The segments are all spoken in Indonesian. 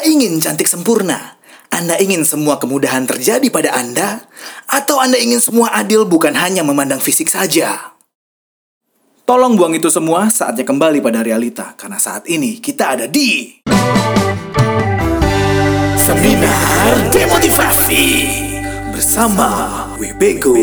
ingin cantik sempurna? Anda ingin semua kemudahan terjadi pada Anda? Atau Anda ingin semua adil bukan hanya memandang fisik saja? Tolong buang itu semua, saatnya kembali pada realita. Karena saat ini kita ada di Seminar Demotivasi bersama Webego.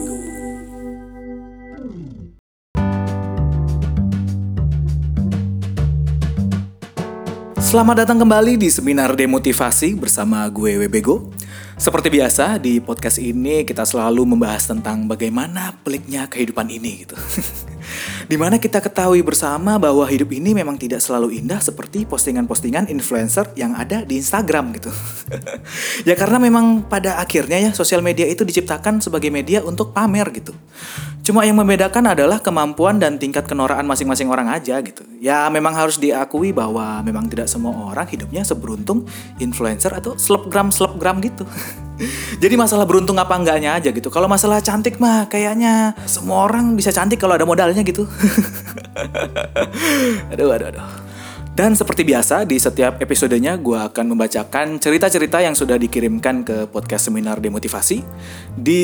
Selamat datang kembali di Seminar Demotivasi bersama gue Webego. Seperti biasa, di podcast ini kita selalu membahas tentang bagaimana peliknya kehidupan ini gitu. Dimana kita ketahui bersama bahwa hidup ini memang tidak selalu indah seperti postingan-postingan influencer yang ada di Instagram gitu. Ya karena memang pada akhirnya ya sosial media itu diciptakan sebagai media untuk pamer gitu. Cuma yang membedakan adalah kemampuan dan tingkat kenoraan masing-masing orang aja gitu. Ya memang harus diakui bahwa memang tidak semua orang hidupnya seberuntung influencer atau selebgram gitu. Jadi masalah beruntung apa enggaknya aja gitu. Kalau masalah cantik mah kayaknya semua orang bisa cantik kalau ada modalnya gitu. Aduh. Dan seperti biasa, di setiap episodenya gue akan membacakan cerita-cerita yang sudah dikirimkan ke podcast Seminar Demotivasi di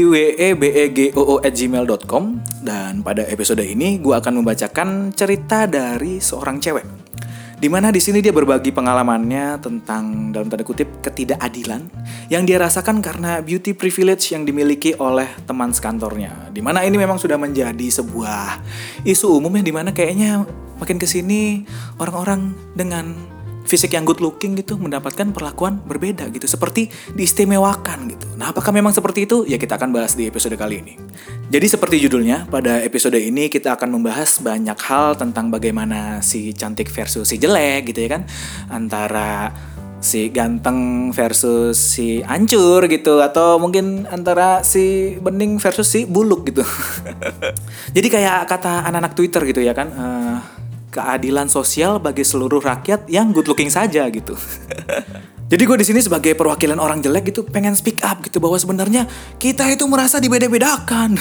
webego@gmail.com. Dan pada episode ini gue akan membacakan cerita dari seorang cewek, dimana di sini dia berbagi pengalamannya tentang, dalam tanda kutip, ketidakadilan yang dia rasakan karena beauty privilege yang dimiliki oleh teman sekantornya. Dimana ini memang sudah menjadi sebuah isu umum ya, dimana kayaknya makin kesini orang-orang dengan fisik yang good looking gitu mendapatkan perlakuan berbeda gitu, seperti diistimewakan gitu. Nah, apakah memang seperti itu? Ya kita akan bahas di episode kali ini. Jadi seperti judulnya, pada episode ini kita akan membahas banyak hal tentang bagaimana si cantik versus si jelek gitu ya kan, antara si ganteng versus si hancur gitu, atau mungkin antara si bening versus si buluk gitu. Jadi kayak kata anak-anak Twitter gitu ya kan, keadilan sosial bagi seluruh rakyat yang good looking saja gitu. Jadi gue di sini sebagai perwakilan orang jelek gitu pengen speak up gitu, bahwa sebenarnya kita itu merasa dibeda-bedakan.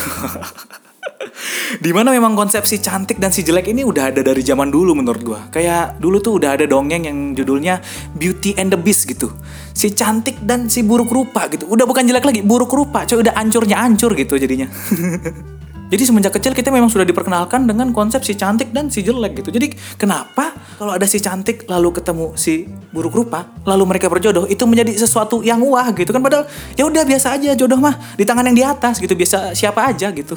Dimana memang konsep si cantik dan si jelek ini udah ada dari zaman dulu menurut gue. Kayak dulu tuh udah ada dongeng yang judulnya Beauty and the Beast gitu. Si cantik dan si buruk rupa gitu. Udah bukan jelek lagi, buruk rupa. Coy, udah ancurnya ancur gitu jadinya. Jadi semenjak kecil kita memang sudah diperkenalkan dengan konsep si cantik dan si jelek gitu. Jadi kenapa kalau ada si cantik lalu ketemu si buruk rupa, lalu mereka berjodoh, itu menjadi sesuatu yang wah gitu kan. Padahal ya udah biasa aja, jodoh mah di tangan yang di atas gitu, biasa siapa aja gitu.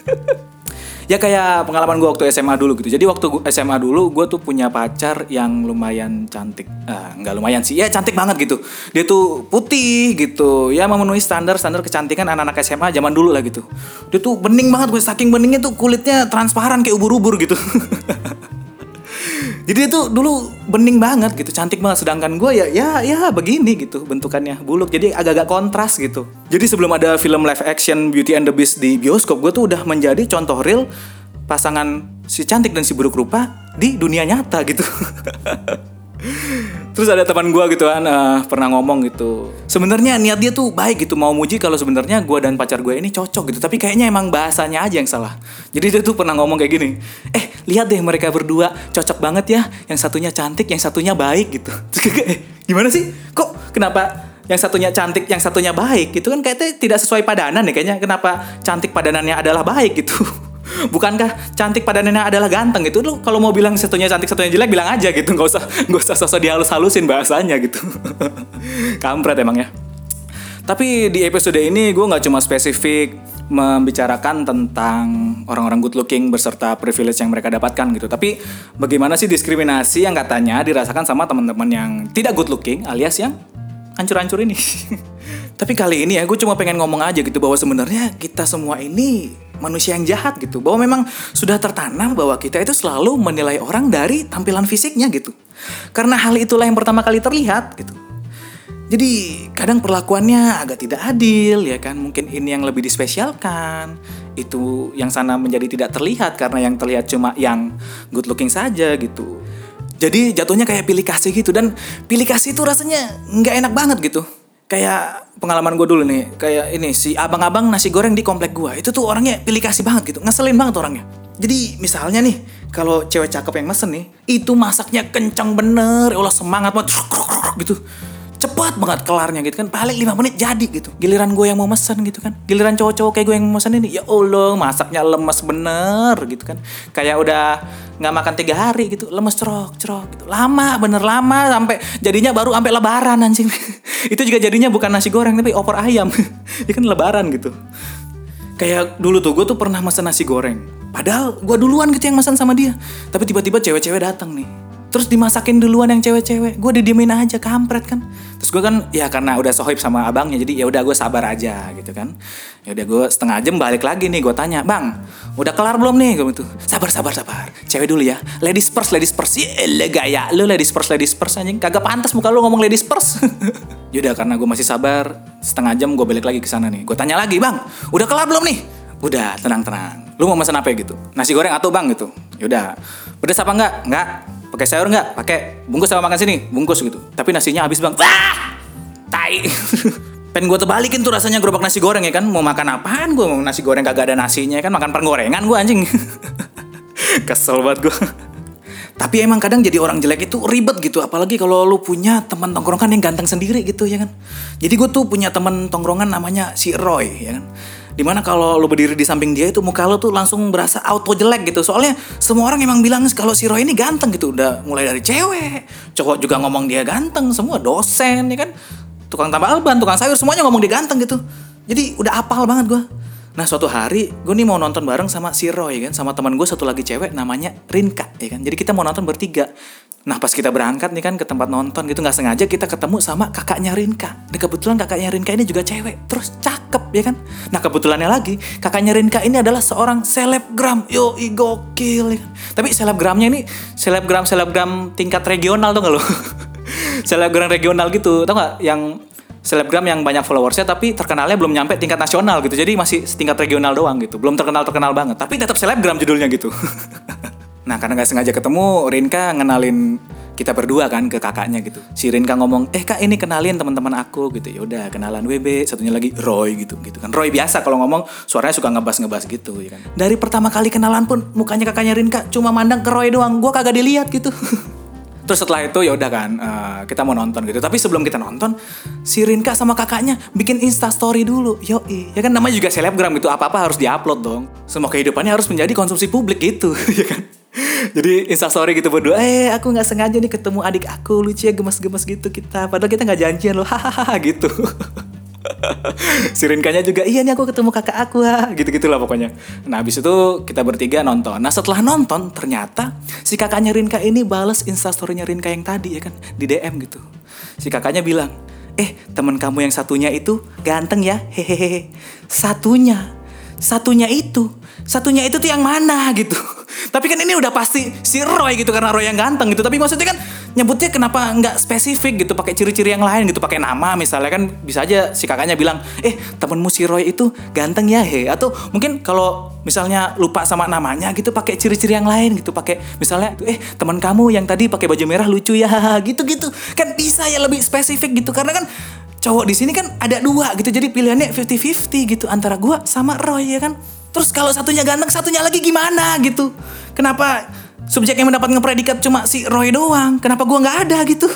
Ya kayak pengalaman gue waktu SMA dulu gitu. Jadi waktu SMA dulu gue tuh punya pacar yang lumayan cantik. Nggak lumayan sih, ya cantik banget gitu. Dia tuh putih gitu, ya memenuhi standar kecantikan anak-anak SMA zaman dulu lah gitu. Dia tuh bening banget, gue saking beningnya tuh kulitnya transparan kayak ubur-ubur gitu. Jadi dia tuh dulu bening banget gitu, cantik banget. Sedangkan gue ya begini gitu bentukannya, buluk. Jadi agak-agak kontras gitu. Jadi sebelum ada film live action Beauty and the Beast di bioskop, gue tuh udah menjadi contoh real pasangan si cantik dan si buruk rupa di dunia nyata gitu. Terus ada teman gue gitu kan pernah ngomong gitu, sebenarnya niat dia tuh baik gitu, mau muji kalau sebenarnya gue dan pacar gue ini cocok gitu, tapi kayaknya emang bahasanya aja yang salah. Jadi dia tuh pernah ngomong kayak gini, lihat deh mereka berdua cocok banget ya, yang satunya cantik, yang satunya baik gitu. Gimana sih? Kok kenapa yang satunya cantik, yang satunya baik gitu kan, kayaknya tidak sesuai padanan nih kayaknya. Kenapa cantik padanannya adalah baik gitu? Bukankah cantik padanannya adalah ganteng gitu? Lu kalau mau bilang satunya cantik satunya jelek bilang aja gitu, nggak usah sosok dihalus-halusin bahasanya gitu. Kampret emang ya. Tapi di episode ini gue nggak cuma spesifik membicarakan tentang orang-orang good looking beserta privilege yang mereka dapatkan gitu, tapi bagaimana sih diskriminasi yang katanya dirasakan sama teman-teman yang tidak good looking alias yang hancur-hancur ini. Tapi kali ini ya gue cuma pengen ngomong aja gitu, bahwa sebenarnya kita semua ini manusia yang jahat gitu, bahwa memang sudah tertanam bahwa kita itu selalu menilai orang dari tampilan fisiknya gitu, karena hal itulah yang pertama kali terlihat gitu. Jadi kadang perlakuannya agak tidak adil ya kan, mungkin ini yang lebih dispesialkan, itu yang sana menjadi tidak terlihat karena yang terlihat cuma yang good looking saja gitu. Jadi jatuhnya kayak pilih kasih gitu, dan pilih kasih itu rasanya nggak enak banget gitu. Kayak pengalaman gue dulu nih, kayak ini si abang-abang nasi goreng di komplek gue, itu tuh orangnya pilih kasih banget gitu, ngeselin banget orangnya. Jadi misalnya nih, kalau cewek cakep yang mesen nih, itu masaknya kencang bener, ya Allah semangat banget, ceprok gitu. Cepat banget kelarnya gitu kan, paling 5 menit jadi gitu. Giliran gue yang mau mesen gitu kan, giliran cowok-cowok kayak gue yang mau mesen ini, ya Allah masaknya lemes bener gitu kan. Kayak udah gak makan 3 hari gitu, lemes cerok gitu. Lama bener lama, sampai jadinya baru sampai lebaran anjing. Itu juga jadinya bukan nasi goreng tapi opor ayam. Ya kan lebaran gitu. Kayak dulu tuh gue tuh pernah mesen nasi goreng, padahal gue duluan gitu yang mesen sama dia. Tapi tiba-tiba cewek-cewek datang nih, terus dimasakin duluan yang cewek-cewek, gue didiemin aja, kampret kan. Terus gue kan ya karena udah sohib sama abangnya, jadi ya udah gue sabar aja gitu kan. Ya udah gue setengah jam balik lagi nih, gue tanya, bang udah kelar belum nih, gue gitu. Sabar, cewek dulu ya, ladies first. Iya gaya lu ladies first anjing, kagak pantas muka lu ngomong ladies first. Yaudah karena gue masih sabar, setengah jam gue balik lagi ke sana nih, gue tanya lagi, bang udah kelar belum nih? Udah, tenang. Lu mau pesan apa ya gitu? Nasi goreng atau bang gitu? Yaudah, pedes apa enggak? Enggak. Pakai sayur enggak? Pakai. Bungkus sama makan sini? Bungkus gitu. Tapi nasinya habis bang. Wah! Tai. Pengen gue terbalikin tuh rasanya gerobak nasi goreng ya kan. Mau makan apaan gue? Mau nasi goreng kagak ada nasinya ya kan. Makan penggorengan gue anjing. Kesel banget gue. Tapi emang kadang jadi orang jelek itu ribet gitu. Apalagi kalau lu punya teman tongkrongan yang ganteng sendiri gitu ya kan. Jadi gue tuh punya teman tongkrongan namanya si Roy ya kan. Dimana kalau lo berdiri di samping dia itu muka lo tuh langsung berasa auto jelek gitu. Soalnya semua orang emang bilang kalau si Roy ini ganteng gitu. Udah mulai dari cewek, cowok juga ngomong dia ganteng. Semua dosen ya kan, tukang tambal ban, tukang sayur, semuanya ngomong dia ganteng gitu. Jadi udah apal banget gue. Nah suatu hari gue nih mau nonton bareng sama si Roy kan, sama teman gue satu lagi cewek namanya Rinka ya kan. Jadi kita mau nonton bertiga. Nah pas kita berangkat nih kan ke tempat nonton gitu, nggak sengaja kita ketemu sama kakaknya Rinka. Dan kebetulan kakaknya Rinka ini juga cewek, terus cakep ya kan. Nah kebetulannya lagi kakaknya Rinka ini adalah seorang selebgram, yoi gokil ya kan. Tapi selebgramnya ini selebgram tingkat regional tuh nggak lo? Selebgram regional gitu, tau nggak? Yang selebgram yang banyak followersnya tapi terkenalnya belum nyampe tingkat nasional gitu. Jadi masih setingkat regional doang gitu, belum terkenal banget. Tapi tetap selebgram judulnya gitu. Nah karena gak sengaja ketemu, Rinka ngenalin kita berdua kan ke kakaknya gitu. Si Rinka ngomong, kak ini kenalin teman-teman aku gitu. Ya udah kenalan WB, satunya lagi Roy gitu kan. Roy biasa kalau ngomong suaranya suka ngebas gitu ya kan. Dari pertama kali kenalan pun mukanya kakaknya Rinka cuma mandang ke Roy doang, gue kagak dilihat gitu. Terus setelah itu ya udah kan kita mau nonton gitu. Tapi sebelum kita nonton, si Rinka sama kakaknya bikin Insta story dulu. Yoi, ya kan namanya juga selebgram gitu, apa-apa harus diupload dong. Semua kehidupannya harus menjadi konsumsi publik gitu, ya kan. Jadi Insta story gitu berdua, aku gak sengaja nih ketemu adik aku, lucu ya gemes-gemes gitu kita. Padahal kita gak janjian loh, hahaha gitu. Si Rinkanya juga, iya nih aku ketemu kakak aku gitu-gitu lah pokoknya. Nah habis itu kita bertiga nonton. Nah setelah nonton ternyata si kakaknya Rinka ini bales instastorynya Rinka yang tadi ya kan, di DM gitu. Si kakaknya bilang, temen kamu yang satunya itu ganteng ya, hehehe. Satunya itu tuh yang mana gitu. Tapi kan ini udah pasti si Roy gitu, karena Roy yang ganteng gitu. Tapi maksudnya kan nyebutnya kenapa nggak spesifik gitu, pakai ciri-ciri yang lain gitu, pakai nama misalnya kan bisa aja si kakaknya bilang, temenmu si Roy itu ganteng ya he. Atau mungkin kalau misalnya lupa sama namanya gitu, pakai ciri-ciri yang lain gitu, pakai misalnya teman kamu yang tadi pakai baju merah lucu ya gitu-gitu. Kan bisa ya lebih spesifik gitu, karena kan cowok di sini kan ada 2 gitu, jadi pilihannya 50-50 gitu antara gua sama Roy ya kan. Terus kalau satunya ganteng, satunya lagi gimana gitu? Kenapa subjek yang mendapat ngepredikat cuma si Roy doang? Kenapa gua nggak ada gitu?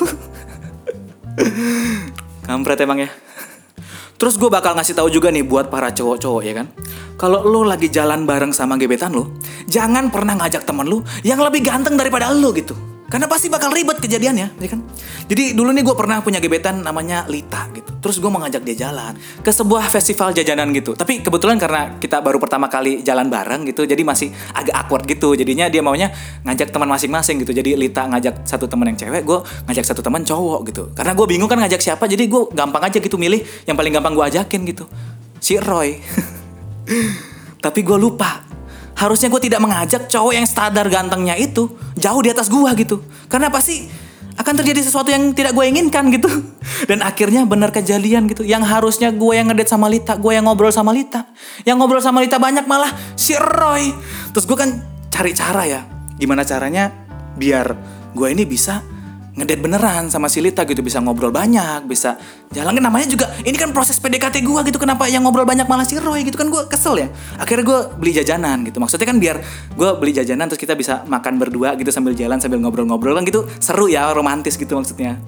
Kampret emang ya. Terus gue bakal ngasih tahu juga nih buat para cowok-cowok ya kan. Kalau lo lagi jalan bareng sama gebetan lo, jangan pernah ngajak temen lo yang lebih ganteng daripada lo gitu. Karena pasti bakal ribet kejadiannya, ya kan? Jadi dulu nih gue pernah punya gebetan namanya Lita gitu. Terus gue mau ngajak dia jalan ke sebuah festival jajanan gitu. Tapi kebetulan karena kita baru pertama kali jalan bareng gitu, jadi masih agak awkward gitu. Jadinya dia maunya ngajak teman masing-masing gitu. Jadi Lita ngajak satu teman yang cewek, gue ngajak satu teman cowok gitu. Karena gue bingung kan ngajak siapa, jadi gue gampang aja gitu milih yang paling gampang gue ajakin gitu. Si Roy. Tapi gue lupa. Harusnya gue tidak mengajak cowok yang standar gantengnya itu jauh di atas gue gitu. Karena pasti akan terjadi sesuatu yang tidak gue inginkan gitu. Dan akhirnya benar kejadian gitu. Yang harusnya gue yang ngedate sama Lita, gue yang ngobrol sama Lita. Yang ngobrol sama Lita banyak malah si Roy. Terus gue kan cari cara ya. Gimana caranya biar gue ini bisa ngedate beneran sama si Lita gitu, bisa ngobrol banyak, bisa jalan. Kan namanya juga ini kan proses PDKT gue gitu, kenapa yang ngobrol banyak malah si Roy gitu kan, gue kesel ya. Akhirnya gue beli jajanan gitu, maksudnya kan biar gue beli jajanan terus kita bisa makan berdua gitu sambil jalan sambil ngobrol-ngobrol kan gitu, seru ya, romantis gitu maksudnya.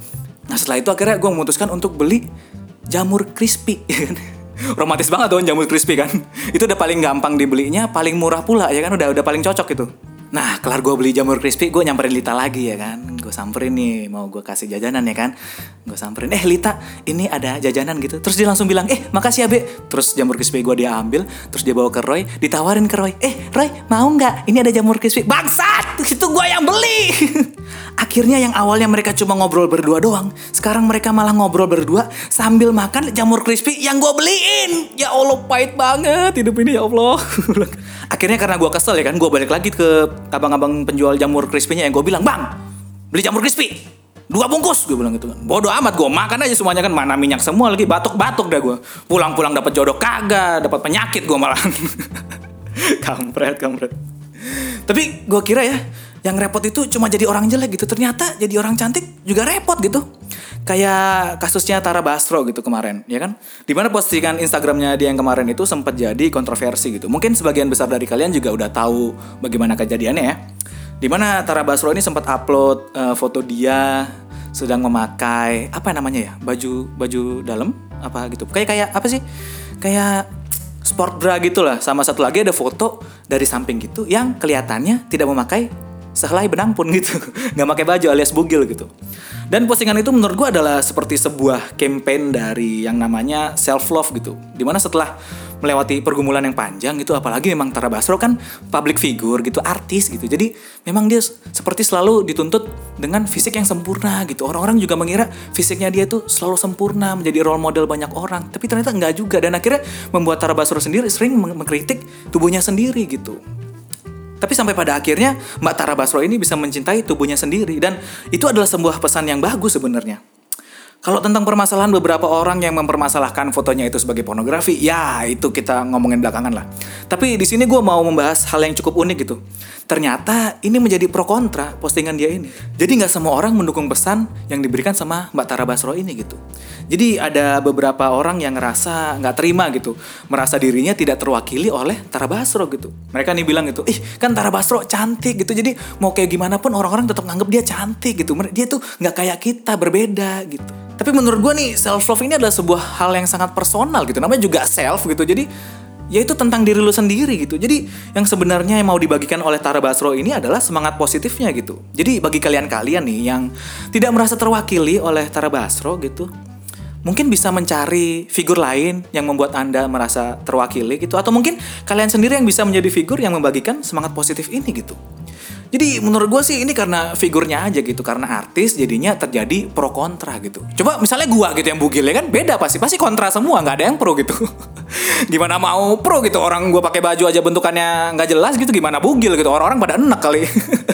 Nah setelah itu akhirnya gue memutuskan untuk beli jamur crispy, ya kan? Romantis banget dong jamur crispy kan. Itu udah paling gampang dibelinya, paling murah pula ya kan, udah paling cocok itu. Nah kelar gue beli jamur crispy, gue nyamperin Lita lagi ya kan. Gue samperin nih, mau gue kasih jajanan ya kan. Gue samperin, Lita ini ada jajanan gitu. Terus dia langsung bilang, makasih ya Be. Terus jamur crispy gue dia ambil, terus dia bawa ke Roy, ditawarin ke Roy, Roy mau gak? Ini ada jamur crispy. Bangsat, itu gue yang beli. Akhirnya yang awalnya mereka cuma ngobrol berdua doang, sekarang mereka malah ngobrol berdua sambil makan jamur crispy yang gue beliin. Ya Allah, pahit banget hidup ini ya Allah. Akhirnya karena gue kesel ya kan, gue balik lagi ke abang-abang penjual jamur crispy-nya yang gue bilang, Bang, beli jamur crispy 2 bungkus, gue bilang gitu kan. Bodoh amat, gue makan aja semuanya kan, mana minyak semua lagi, batuk-batuk dah gue. Pulang-pulang dapat jodoh kagak, dapat penyakit gue malah. Kampret. Tapi gue kira ya, yang repot itu cuma jadi orang jelek gitu. Ternyata jadi orang cantik juga repot gitu. Kayak kasusnya Tara Basro gitu kemarin, ya kan? Dimana postingan Instagramnya dia yang kemarin itu sempat jadi kontroversi gitu. Mungkin sebagian besar dari kalian juga udah tahu bagaimana kejadiannya ya. Dimana Tara Basro ini sempat upload foto dia sedang memakai apa namanya ya, baju dalam apa gitu. Kayak apa sih? Kayak sport bra gitulah. Sama satu lagi ada foto dari samping gitu yang kelihatannya tidak memakai sehelai benang pun gitu. Nggak pakai baju alias bugil gitu. Dan postingan itu menurut gue adalah seperti sebuah campaign dari yang namanya self love gitu. Dimana setelah melewati pergumulan yang panjang gitu, apalagi memang Tara Basro kan public figure gitu, artis gitu. Jadi memang dia seperti selalu dituntut dengan fisik yang sempurna gitu. Orang-orang juga mengira fisiknya dia tuh selalu sempurna, menjadi role model banyak orang. Tapi ternyata enggak juga, dan akhirnya membuat Tara Basro sendiri sering mengkritik tubuhnya sendiri gitu. Tapi sampai pada akhirnya Mbak Tara Basro ini bisa mencintai tubuhnya sendiri. Dan itu adalah sebuah pesan yang bagus sebenarnya. Kalau tentang permasalahan beberapa orang yang mempermasalahkan fotonya itu sebagai pornografi, ya itu kita ngomongin belakangan lah. Tapi di sini gue mau membahas hal yang cukup unik gitu. Ternyata ini menjadi pro kontra postingan dia ini. Jadi nggak semua orang mendukung pesan yang diberikan sama Mbak Tara Basro ini gitu. Jadi ada beberapa orang yang ngerasa nggak terima gitu, merasa dirinya tidak terwakili oleh Tara Basro gitu. Mereka nih bilang gitu, kan Tara Basro cantik gitu, jadi mau kayak gimana pun orang-orang tetap nganggep dia cantik gitu. Dia tuh nggak kayak kita, berbeda gitu. Tapi menurut gue nih, self love ini adalah sebuah hal yang sangat personal gitu. Namanya juga self gitu. Jadi ya itu tentang diri lu sendiri gitu. Jadi yang sebenarnya yang mau dibagikan oleh Tara Basro ini adalah semangat positifnya gitu. Jadi bagi kalian nih yang tidak merasa terwakili oleh Tara Basro gitu, mungkin bisa mencari figur lain yang membuat Anda merasa terwakili gitu. Atau mungkin kalian sendiri yang bisa menjadi figur yang membagikan semangat positif ini gitu. Jadi menurut gue sih ini karena figurnya aja gitu. Karena artis jadinya terjadi pro kontra gitu. Coba misalnya gue gitu yang bugil ya kan, beda pasti kontra semua, gak ada yang pro gitu. Gimana mau pro gitu, orang gue pakai baju aja bentukannya gak jelas gitu, gimana bugil gitu, orang-orang pada enak kali.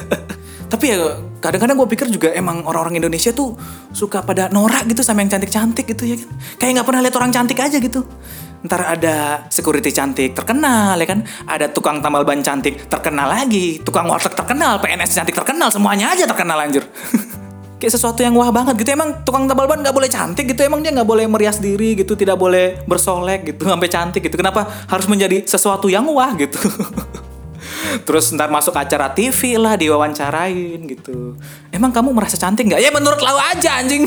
Tapi ya kadang-kadang gue pikir juga emang orang-orang Indonesia tuh suka pada norak gitu sama yang cantik-cantik gitu ya kan. Kayak gak pernah lihat orang cantik aja gitu. Ntar ada security cantik terkenal ya kan, ada tukang tambal ban cantik terkenal lagi, tukang warteg terkenal, PNS cantik terkenal, semuanya aja terkenal anjir. Kayak sesuatu yang wah banget gitu. Emang tukang tambal ban gak boleh cantik gitu, emang dia gak boleh merias diri gitu, tidak boleh bersolek gitu sampai cantik gitu. Kenapa harus menjadi sesuatu yang wah gitu. Terus ntar masuk acara TV lah, diwawancarain gitu. Emang kamu merasa cantik gak? Ya menurut lo aja anjing.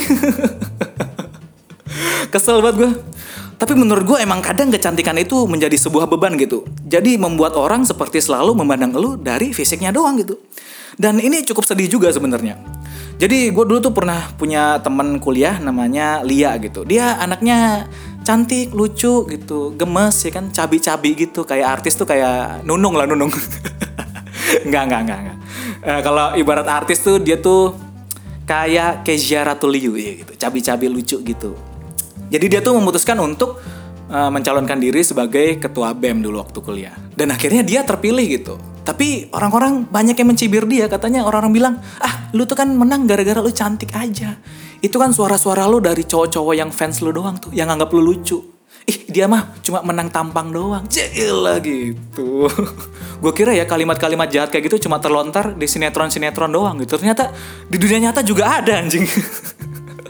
Kesel banget gue. Tapi menurut gue emang kadang kecantikan itu menjadi sebuah beban gitu. Jadi membuat orang seperti selalu memandang lu dari fisiknya doang gitu. Dan ini cukup sedih juga sebenarnya. Jadi gue dulu tuh pernah punya teman kuliah namanya Lia gitu. Dia anaknya cantik, lucu gitu, gemes ya kan, cabi-cabi gitu. Kayak artis tuh kayak Nunung lah, Nunung. Enggak. Kalau ibarat artis tuh dia tuh kayak Kezia Ratuliu ya gitu, cabi-cabi lucu gitu. Jadi dia tuh memutuskan untuk mencalonkan diri sebagai ketua BEM dulu waktu kuliah. Dan akhirnya dia terpilih gitu. Tapi orang-orang banyak yang mencibir dia. Katanya orang-orang bilang, lu tuh kan menang gara-gara lu cantik aja. Itu kan suara-suara lu dari cowok-cowok yang fans lu doang tuh, yang anggap lu lucu. Dia mah cuma menang tampang doang. Jelah gitu. Gue kira ya kalimat-kalimat jahat kayak gitu cuma terlontar di sinetron-sinetron doang gitu. Ternyata di dunia nyata juga ada anjing.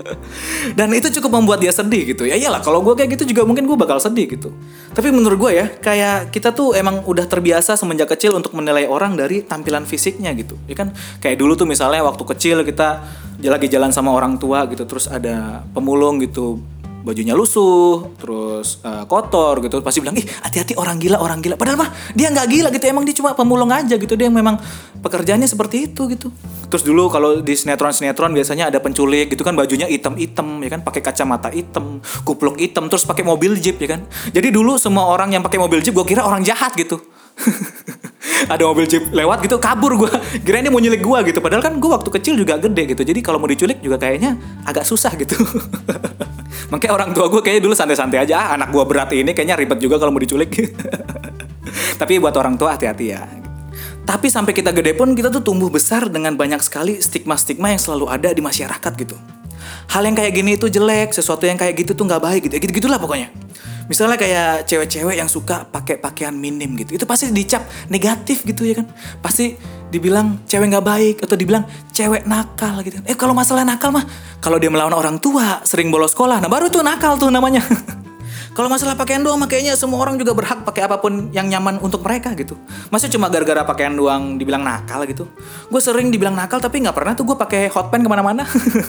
Dan itu cukup membuat dia sedih gitu. Ya iyalah, kalau gue kayak gitu juga mungkin gue bakal sedih gitu. Tapi menurut gue ya, kayak kita tuh emang udah terbiasa semenjak kecil untuk menilai orang dari tampilan fisiknya gitu. Ya kan, kayak dulu tuh misalnya waktu kecil kita lagi jalan sama orang tua gitu, terus ada pemulung gitu, bajunya lusuh, terus kotor gitu, pasti bilang, ih hati-hati orang gila. Padahal mah dia nggak gila gitu, emang dia cuma pemulung aja gitu, dia memang pekerjaannya seperti itu gitu. Terus dulu kalau di sinetron biasanya ada penculik gitu kan, bajunya hitam-hitam ya kan, pakai kacamata hitam, kupluk hitam, terus pakai mobil jeep ya kan. Jadi dulu semua orang yang pakai mobil jeep gue kira orang jahat gitu. Ada mobil jeep lewat gitu, kabur gue, kirain dia mau nyulik gue gitu. Padahal kan gue waktu kecil juga gede gitu, jadi kalau mau diculik juga kayaknya agak susah gitu. Makanya orang tua gue kayaknya dulu santai-santai aja, anak gue berat ini kayaknya ribet juga kalau mau diculik. Tapi buat orang tua hati-hati ya. Tapi sampai kita gede pun kita tuh tumbuh besar dengan banyak sekali stigma-stigma yang selalu ada di masyarakat gitu. Hal yang kayak gini itu jelek, sesuatu yang kayak gitu tuh nggak baik gitu. Gitu-gitulah pokoknya. Misalnya kayak cewek-cewek yang suka pakai pakaian minim gitu, itu pasti dicap negatif gitu ya kan. Pasti dibilang cewek nggak baik atau dibilang cewek nakal gitu. Kalau masalah nakal mah, kalau dia melawan orang tua, sering bolos sekolah, nah baru tuh nakal tuh namanya. Kalau masalah pakaian doang, makanya semua orang juga berhak pakai apapun yang nyaman untuk mereka gitu. Masa cuma gara-gara pakaian doang dibilang nakal gitu? Gue sering dibilang nakal tapi nggak pernah tuh gue pakai hot pants kemana-mana.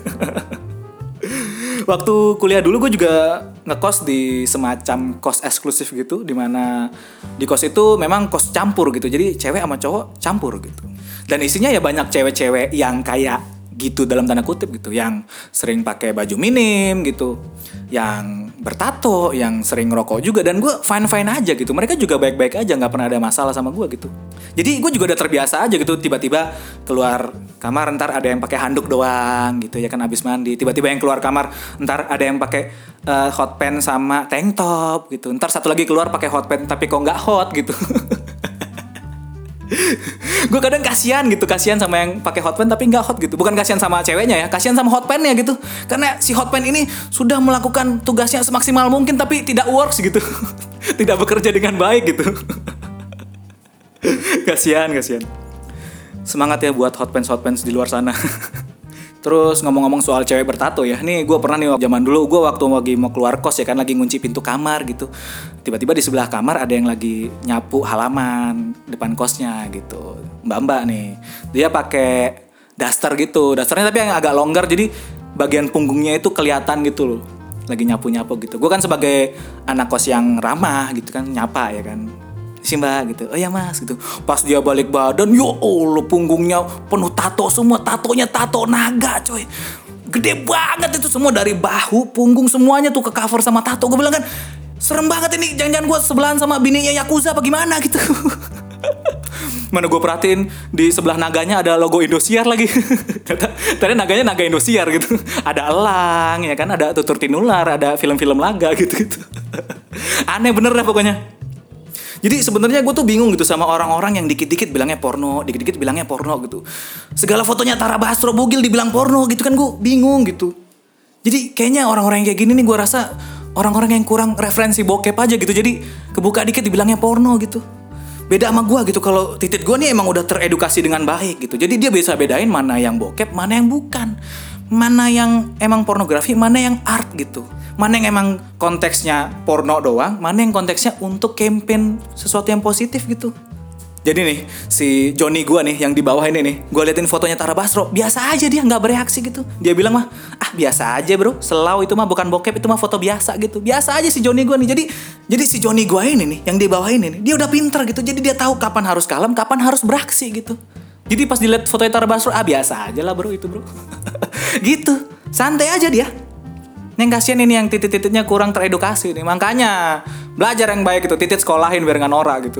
Waktu kuliah dulu gue juga ngekos di semacam kos eksklusif gitu, dimana di kos itu memang kos campur gitu, jadi cewek sama cowok campur gitu. Dan isinya ya banyak cewek-cewek yang kayak gitu dalam tanda kutip gitu, yang sering pakai baju minim gitu, yang bertato, yang sering ngerokok juga, dan gue fine aja gitu. Mereka juga baik-baik aja, nggak pernah ada masalah sama gue gitu. Jadi gue juga udah terbiasa aja gitu, tiba-tiba keluar kamar ntar ada yang pakai handuk doang gitu ya kan, abis mandi. Tiba-tiba yang keluar kamar ntar ada yang pakai hot pants sama tank top gitu. Ntar satu lagi keluar pakai hot pants tapi kok nggak hot gitu. Gue kadang kasihan sama yang pakai hot pants tapi nggak hot gitu. Bukan kasihan sama ceweknya ya, kasihan sama hot pants-nya gitu. Karena si hot pants ini sudah melakukan tugasnya semaksimal mungkin tapi tidak works gitu. Tidak bekerja dengan baik gitu. Kasihan. Semangat ya buat hot pants di luar sana. Terus ngomong-ngomong soal cewek bertato ya, nih gue pernah nih zaman dulu gue waktu lagi mau keluar kos ya kan, lagi ngunci pintu kamar gitu, tiba-tiba di sebelah kamar ada yang lagi nyapu halaman depan kosnya gitu, mbak nih, dia pakai daster gitu, dasternya tapi yang agak longgar jadi bagian punggungnya itu kelihatan gitu loh, lagi nyapu gitu. Gue kan sebagai anak kos yang ramah gitu kan, nyapa ya kan, si mbak gitu, oh ya mas gitu. Pas dia balik badan, yo Allah punggungnya penuh tato semua, tatonya tato naga coy, gede banget itu semua, dari bahu, punggung semuanya tuh ke cover sama tato. Gue bilang kan, serem banget ini, jangan-jangan gue sebelahan sama bininya Yakuza apa gimana gitu. Mana gue perhatiin di sebelah naganya ada logo Indosiar lagi. Tadi naganya naga Indosiar gitu. Ada elang ya kan, ada tutur tinular, ada film-film laga gitu. Aneh bener dah pokoknya. Jadi sebenarnya gue tuh bingung gitu sama orang-orang yang dikit-dikit bilangnya porno gitu. Segala fotonya Tara Basro Bugil dibilang porno gitu kan, gue bingung gitu. Jadi kayaknya orang-orang yang kayak gini nih gue rasa orang-orang yang kurang referensi bokep aja gitu. Jadi kebuka dikit dibilangnya porno gitu. Beda sama gue gitu, kalau titit gue nih emang udah teredukasi dengan baik gitu. Jadi dia bisa bedain mana yang bokep, mana yang bukan. Mana yang emang pornografi, mana yang art gitu. Mana yang emang konteksnya porno doang, mana yang konteksnya untuk campaign sesuatu yang positif gitu. Jadi nih, si Johnny gue nih yang di bawah ini nih, gue liatin fotonya Tara Basro, biasa aja dia, gak bereaksi gitu. Dia bilang mah, biasa aja bro, selau itu mah bukan bokep, itu mah foto biasa gitu. Biasa aja si Johnny gue nih. Jadi si Johnny gue ini nih, yang di bawah ini nih, dia udah pinter gitu. Jadi dia tahu kapan harus kalem, kapan harus beraksi gitu. Jadi pas dilihat fotonya Tara Basro, biasa aja lah bro itu bro. Gitu, santai aja dia. Yang kasihan ini yang titit-tititnya kurang teredukasi nih. Makanya belajar yang baik itu, titit sekolahin biar gak norak gitu.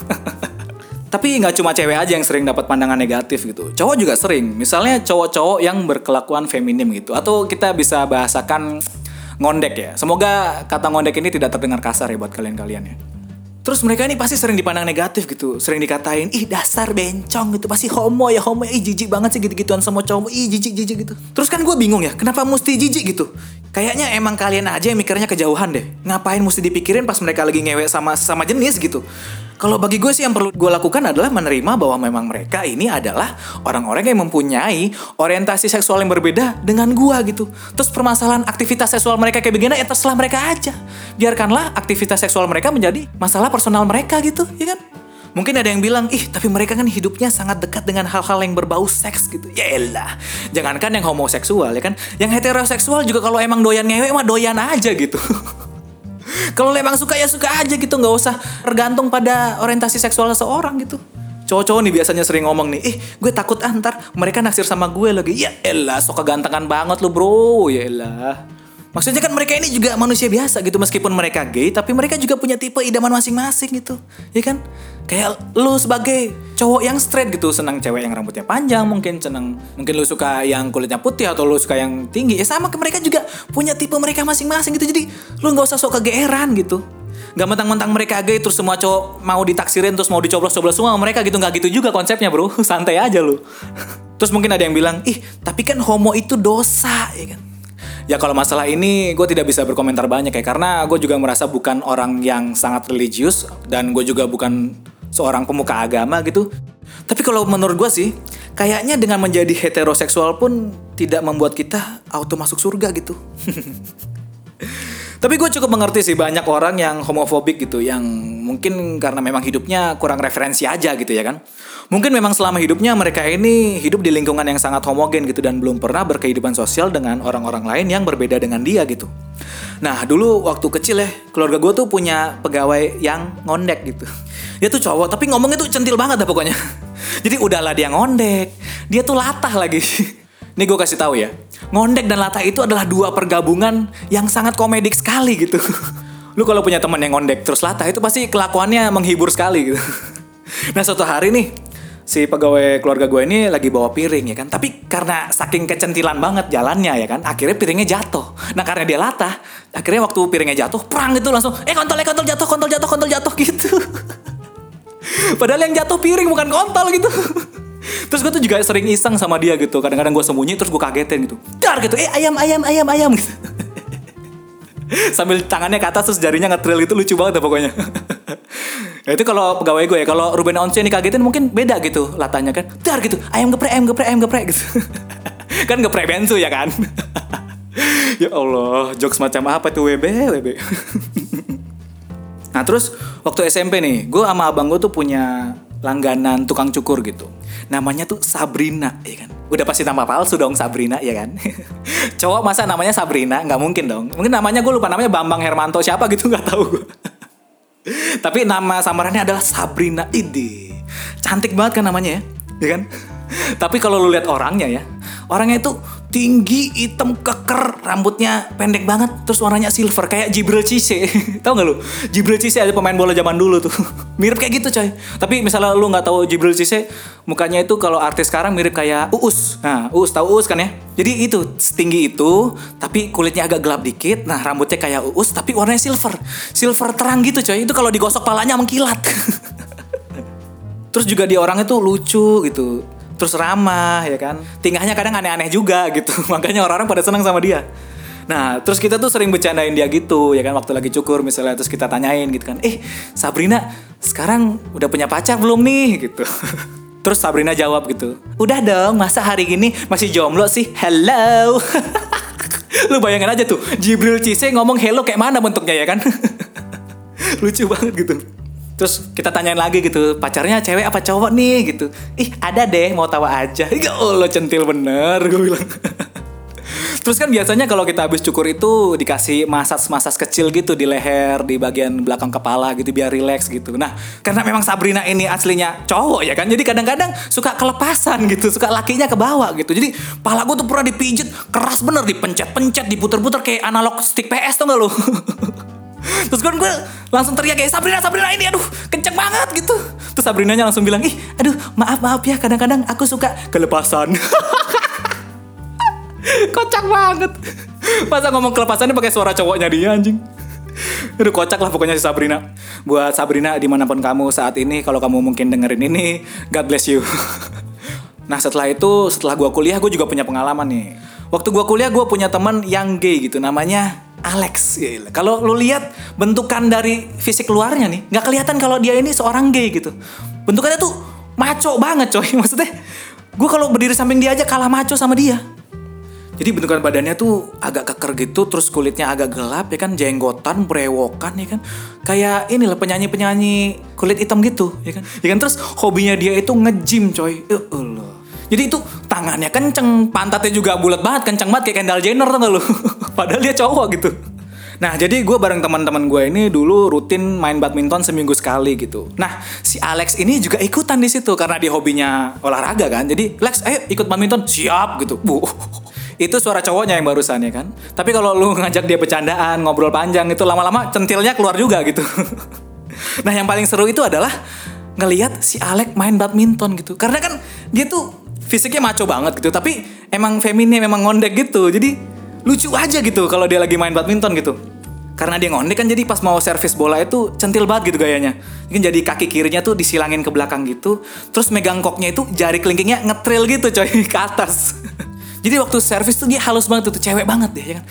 Tapi gak cuma cewek aja yang sering dapat pandangan negatif gitu, cowok juga sering. Misalnya cowok-cowok yang berkelakuan feminim gitu, atau kita bisa bahasakan ngondek ya. Semoga kata ngondek ini tidak terdengar kasar ya buat kalian-kalian ya. Terus mereka ini pasti sering dipandang negatif gitu, sering dikatain, ih dasar bencong gitu, pasti homo ya, ih jijik banget sih gitu-gituan sama cowok, ih jijik gitu. Terus kan gue bingung ya, kenapa mesti jijik gitu? Kayaknya emang kalian aja yang mikirnya kejauhan deh. Ngapain mesti dipikirin pas mereka lagi ngewe sama jenis gitu. Kalau bagi gue sih yang perlu gue lakukan adalah menerima bahwa memang mereka ini adalah orang-orang yang mempunyai orientasi seksual yang berbeda dengan gue gitu. Terus permasalahan aktivitas seksual mereka kayak begini ya terserah mereka aja. Biarkanlah aktivitas seksual mereka menjadi masalah personal mereka gitu, ya kan? Mungkin ada yang bilang, tapi mereka kan hidupnya sangat dekat dengan hal-hal yang berbau seks gitu. Yaelah, jangankan yang homoseksual ya kan. Yang heteroseksual juga kalau emang doyan ngewe mah doyan aja gitu. Kalau emang suka ya suka aja gitu, nggak usah tergantung pada orientasi seksual seseorang gitu. Cowok-cowok nih biasanya sering ngomong nih, gue takut ntar mereka naksir sama gue lagi. Ya elah, sok kegantengan banget lu bro, ya elah. Maksudnya kan mereka ini juga manusia biasa gitu, meskipun mereka gay, tapi mereka juga punya tipe idaman masing-masing gitu, ya kan? Kayak lu sebagai cowok yang straight gitu, senang cewek yang rambutnya panjang, mungkin lu suka yang kulitnya putih atau lu suka yang tinggi, ya sama ke mereka juga punya tipe mereka masing-masing gitu. Jadi lu nggak usah sok kegeeran gitu. Gak mentang-mentang mereka gay terus semua cowok mau ditaksirin terus mau dicoblos-coblos semua sama mereka gitu, nggak gitu juga konsepnya bro. Santai aja lu. Terus mungkin ada yang bilang, tapi kan homo itu dosa, ya kan? Ya kalau masalah ini gue tidak bisa berkomentar banyak ya, karena gue juga merasa bukan orang yang sangat religius dan gue juga bukan seorang pemuka agama gitu. Tapi kalau menurut gue sih, kayaknya dengan menjadi heteroseksual pun tidak membuat kita auto masuk surga gitu. Tapi gue cukup mengerti sih banyak orang yang homofobik gitu, yang mungkin karena memang hidupnya kurang referensi aja gitu ya kan. Mungkin memang selama hidupnya mereka ini hidup di lingkungan yang sangat homogen gitu dan belum pernah berkehidupan sosial dengan orang-orang lain yang berbeda dengan dia gitu. Nah dulu waktu kecil ya, keluarga gue tuh punya pegawai yang ngondek gitu. Dia tuh cowok tapi ngomongnya tuh centil banget dah pokoknya. Jadi udahlah dia ngondek, dia tuh latah lagi. Nih gue kasih tahu ya, ngondek dan latah itu adalah dua pergabungan yang sangat komedik sekali gitu. Lu kalau punya teman yang ngondek terus latah itu pasti kelakuannya menghibur sekali gitu. Nah suatu hari nih, si pegawai keluarga gue ini lagi bawa piring ya kan. Tapi karena saking kecentilan banget jalannya ya kan, akhirnya piringnya jatuh. Nah karena dia latah, akhirnya waktu piringnya jatuh, prang gitu langsung, kontol jatuh gitu. Padahal yang jatuh piring bukan kontol gitu. Terus gue tuh juga sering iseng sama dia gitu. Kadang-kadang gue sembunyi terus gue kagetin gitu. Dar gitu, ayam gitu. Sambil tangannya ke atas terus jarinya ngetril gitu, lucu banget pokoknya. Ya itu kalau pegawai gue ya. Kalau Ruben Once yang dikagetin mungkin beda gitu latahnya kan. Dar gitu, ayam geprek gitu. Kan geprek bensu ya kan. Ya Allah, jokes macam apa tuh WB. Nah terus waktu SMP nih, gue sama abang gue tuh punya langganan tukang cukur gitu. Namanya tuh Sabrina, ya kan? Udah pasti nama palsu dong Sabrina, ya kan? Cowok masa namanya Sabrina? Nggak mungkin dong. Mungkin namanya gue lupa, namanya Bambang Hermanto siapa gitu, nggak tahu gue. Tapi nama samarannya adalah Sabrina. Ide, cantik banget kan namanya ya kan? Tapi kalau lu lihat orangnya ya, orangnya itu tinggi, hitam, keker, rambutnya pendek banget, terus warnanya silver kayak Djibril Cissé. Tahu nggak lu? Djibril Cissé ada pemain bola zaman dulu tuh. Mirip kayak gitu coy. Tapi misalnya lu nggak tahu Djibril Cissé, mukanya itu kalau artis sekarang mirip kayak Uus. Nah, Uus tahu Uus kan ya? Jadi itu setinggi itu, tapi kulitnya agak gelap dikit. Nah, rambutnya kayak Uus tapi warnanya silver. Silver terang gitu coy. Itu kalau digosok palanya mengkilat. Terus juga dia orangnya tuh lucu gitu. Terus ramah ya kan. Tingkahnya kadang aneh-aneh juga gitu. Makanya orang-orang pada senang sama dia. Nah terus kita tuh sering bercandain dia gitu ya kan. Waktu lagi cukur misalnya, terus kita tanyain gitu kan, Sabrina sekarang udah punya pacar belum nih gitu. Terus Sabrina jawab gitu, udah dong, masa hari gini masih jomblo sih. Hello. Lu bayangin aja tuh, Djibril Cissé ngomong hello kayak mana bentuknya ya kan. Lucu banget gitu. Terus kita tanyain lagi gitu, pacarnya cewek apa cowok nih gitu. Ada deh, mau tawa aja. Ya Allah, centil bener gue bilang. Terus kan biasanya kalau kita habis cukur itu dikasih masas kecil gitu di leher, di bagian belakang kepala gitu biar rileks gitu. Nah, karena memang Sabrina ini aslinya cowok ya kan, jadi kadang-kadang suka kelepasan gitu, suka lakinya ke bawah gitu. Jadi pala gue tuh pernah dipijit keras bener, dipencet-pencet, diputer-puter kayak analog stick PS tuh gak lu? Terus gue langsung teriak kayak Sabrina ini aduh kenceng banget gitu. Terus Sabrinanya langsung bilang, aduh maaf ya kadang-kadang aku suka kelepasan. Kocak banget. Masa ngomong kelepasannya pakai suara cowoknya dia anjing. Aduh kocak lah pokoknya si Sabrina. Buat Sabrina dimanapun kamu saat ini, kalau kamu mungkin dengerin ini, God bless you. Nah setelah gue kuliah gue juga punya pengalaman nih. Waktu gue kuliah gue punya teman yang gay gitu, namanya Alex. Gila. Kalau lu lihat bentukan dari fisik luarnya nih, nggak kelihatan kalau dia ini seorang gay gitu. Bentukannya tuh maco banget coy. Maksudnya gue kalau berdiri samping dia aja kalah maco sama dia. Jadi bentukan badannya tuh agak keker gitu, terus kulitnya agak gelap ya kan, jenggotan, brewokan ya kan. Kayak inilah penyanyi-penyanyi kulit hitam gitu ya kan. Ya kan, terus hobinya dia itu nge-gym coy. Ya Allah. Jadi itu tangannya kenceng, pantatnya juga bulat banget, kenceng banget kayak Kendall Jenner tuh gak lu. Padahal dia cowok gitu. Nah jadi gue bareng teman-teman gue ini dulu rutin main badminton seminggu sekali gitu. Nah si Alex ini juga ikutan di situ karena dia hobinya olahraga kan. Jadi Lex ayo ikut badminton, siap gitu. Itu suara cowoknya yang barusan ya kan. Tapi kalau lu ngajak dia bercandaan, ngobrol panjang itu lama-lama centilnya keluar juga gitu. Nah yang paling seru itu adalah ngelihat si Alex main badminton gitu. Karena kan dia tuh fisiknya maco banget gitu, tapi emang feminim, emang ngondek gitu. Jadi lucu aja gitu kalau dia lagi main badminton gitu. Karena dia ngondek kan, jadi pas mau servis bola itu centil banget gitu gayanya. Mungkin jadi kaki kirinya tuh disilangin ke belakang gitu, terus megang koknya itu jari kelingkingnya ngetril gitu coy ke atas. Jadi waktu servis tuh dia halus banget tuh, cewek banget deh ya kan.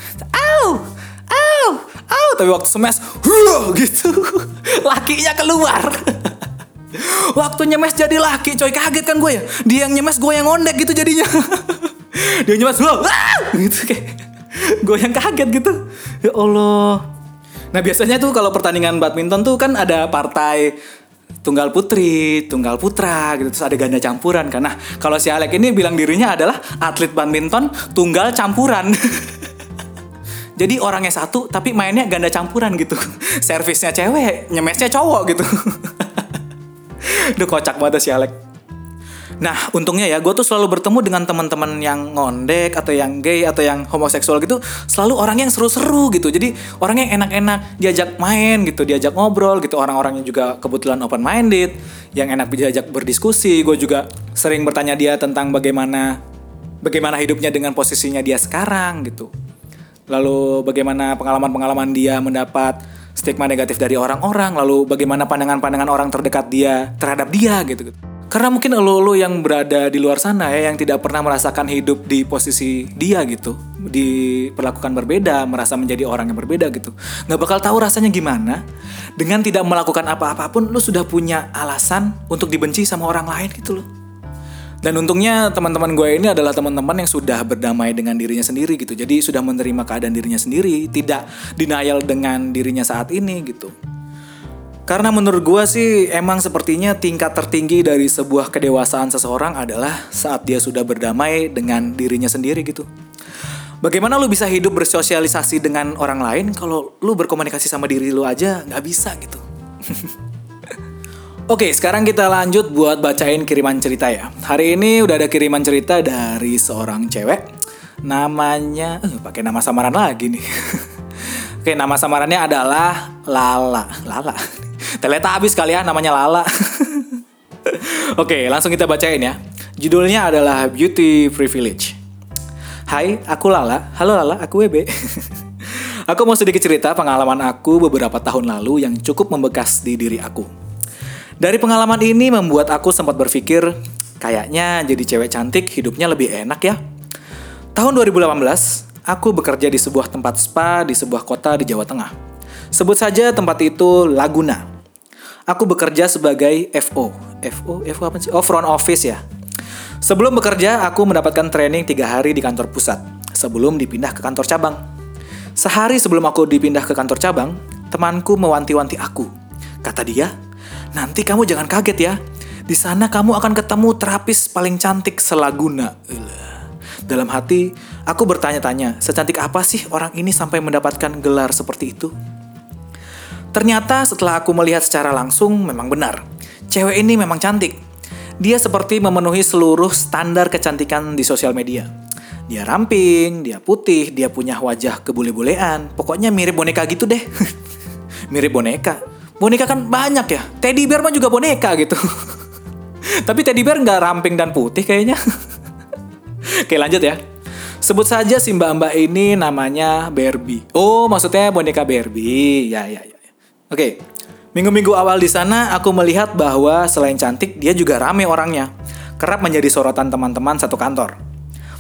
Au. Tapi waktu smash, gitu. Lakinya keluar. Waktu nyemes jadi laki coy, kaget kan gue ya. Dia yang nyemes, gue yang ngondek gitu jadinya. Dia nyemes, gitu kayak gue yang kaget gitu. Ya Allah. Nah biasanya tuh kalau pertandingan badminton tuh kan ada partai tunggal putri, tunggal putra gitu, terus ada ganda campuran kan. Nah kalau si Alek ini bilang dirinya adalah atlet badminton tunggal campuran. Jadi orangnya satu tapi mainnya ganda campuran gitu. Servisnya cewek, nyemesnya cowok gitu. Duh kocak banget si Alek. Nah untungnya ya gue tuh selalu bertemu dengan teman-teman yang ngondek atau yang gay atau yang homoseksual gitu, selalu orang yang seru-seru gitu. Jadi orang yang enak-enak diajak main gitu, diajak ngobrol gitu. Orang-orangnya juga kebetulan open minded, yang enak diajak berdiskusi. Gue juga sering bertanya dia tentang bagaimana hidupnya dengan posisinya dia sekarang gitu. Lalu bagaimana pengalaman-pengalaman dia mendapat stigma negatif dari orang-orang, lalu bagaimana pandangan-pandangan orang terdekat dia terhadap dia gitu. Karena mungkin lo yang berada di luar sana ya, yang tidak pernah merasakan hidup di posisi dia gitu, diperlakukan berbeda, merasa menjadi orang yang berbeda gitu, nggak bakal tahu rasanya gimana. Dengan tidak melakukan apa-apa pun lo sudah punya alasan untuk dibenci sama orang lain gitu loh. Dan untungnya teman-teman gue ini adalah teman-teman yang sudah berdamai dengan dirinya sendiri gitu. Jadi sudah menerima keadaan dirinya sendiri, tidak denial dengan dirinya saat ini gitu. Karena menurut gue sih emang sepertinya tingkat tertinggi dari sebuah kedewasaan seseorang adalah saat dia sudah berdamai dengan dirinya sendiri gitu. Bagaimana lu bisa hidup bersosialisasi dengan orang lain kalau lu berkomunikasi sama diri lu aja gak bisa gitu. Oke, sekarang kita lanjut buat bacain kiriman cerita ya. Hari ini udah ada kiriman cerita dari seorang cewek. Namanya, pakai nama samaran lagi nih. Oke, nama samarannya adalah Lala. Teletubbies kali ya namanya Lala. Oke, langsung kita bacain ya. Judulnya adalah Beauty Privilege. Hai, aku Lala. Halo Lala, aku WB. Aku mau sedikit cerita pengalaman aku beberapa tahun lalu yang cukup membekas di diri aku. Dari pengalaman ini membuat aku sempat berpikir, kayaknya jadi cewek cantik hidupnya lebih enak ya. Tahun 2018, aku bekerja di sebuah tempat spa di sebuah kota di Jawa Tengah. Sebut saja tempat itu Laguna. Aku bekerja sebagai FO apa sih? Oh, front office ya. Sebelum bekerja, aku mendapatkan training 3 hari di kantor pusat, sebelum dipindah ke kantor cabang. Sehari sebelum aku dipindah ke kantor cabang, temanku mewanti-wanti aku. Kata dia, nanti kamu jangan kaget ya. Di sana kamu akan ketemu terapis paling cantik se-Laguna. Dalam hati, aku bertanya-tanya, secantik apa sih orang ini sampai mendapatkan gelar seperti itu? Ternyata setelah aku melihat secara langsung, memang benar. Cewek ini memang cantik. Dia seperti memenuhi seluruh standar kecantikan di sosial media. Dia ramping, dia putih, dia punya wajah kebule-bulean. Pokoknya mirip boneka gitu deh. Mirip boneka. Boneka kan banyak ya. Teddy bear mah juga boneka gitu. Tapi teddy bear nggak ramping dan putih kayaknya. Oke, lanjut ya. Sebut saja si mbak-mbak ini namanya Barbie. Oh, maksudnya boneka Barbie. Ya. Oke. Minggu-minggu awal di sana aku melihat bahwa selain cantik, dia juga rame orangnya. Kerap menjadi sorotan teman-teman satu kantor.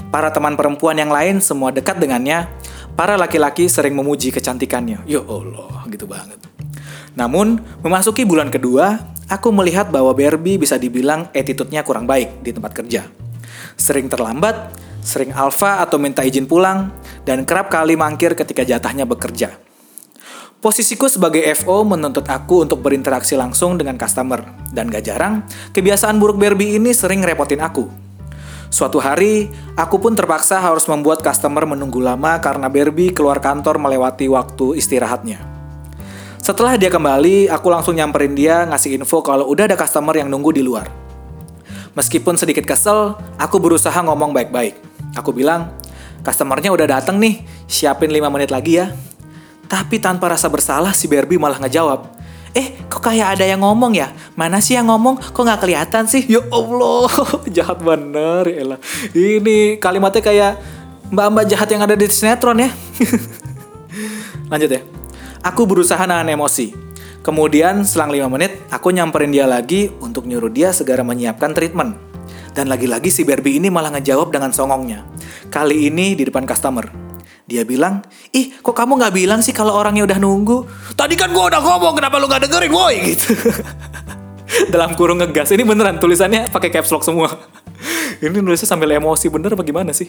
Para teman perempuan yang lain semua dekat dengannya. Para laki-laki sering memuji kecantikannya. Ya Allah, gitu banget. Namun, memasuki bulan kedua, aku melihat bahwa Barbie bisa dibilang attitude-nya kurang baik di tempat kerja. Sering terlambat, sering alfa atau minta izin pulang, dan kerap kali mangkir ketika jatahnya bekerja. Posisiku sebagai FO menuntut aku untuk berinteraksi langsung dengan customer, dan gak jarang, kebiasaan buruk Barbie ini sering repotin aku. Suatu hari, aku pun terpaksa harus membuat customer menunggu lama karena Barbie keluar kantor melewati waktu istirahatnya. Setelah dia kembali, aku langsung nyamperin dia ngasih info kalau udah ada customer yang nunggu di luar. Meskipun sedikit kesel, aku berusaha ngomong baik-baik. Aku bilang, customernya udah dateng nih, siapin 5 menit lagi ya. Tapi tanpa rasa bersalah, si Barbie malah ngejawab, kok kayak ada yang ngomong ya? Mana sih yang ngomong? Kok gak kelihatan sih? Ya Allah, jahat bener ya elah. Ini kalimatnya kayak mbak-mbak jahat yang ada di sinetron ya. Lanjut ya. Aku berusaha nahan emosi. Kemudian selang 5 menit, aku nyamperin dia lagi untuk nyuruh dia segera menyiapkan treatment. Dan lagi-lagi si Barbie ini malah ngejawab dengan songongnya. Kali ini di depan customer. Dia bilang, kok kamu gak bilang sih kalau orangnya udah nunggu? Tadi kan gue udah ngomong, kenapa lu gak dengerin, woi? Gitu. Dalam kurung ngegas. Ini beneran tulisannya pakai caps lock semua. Ini nulisnya sambil emosi, bener apa gimana sih?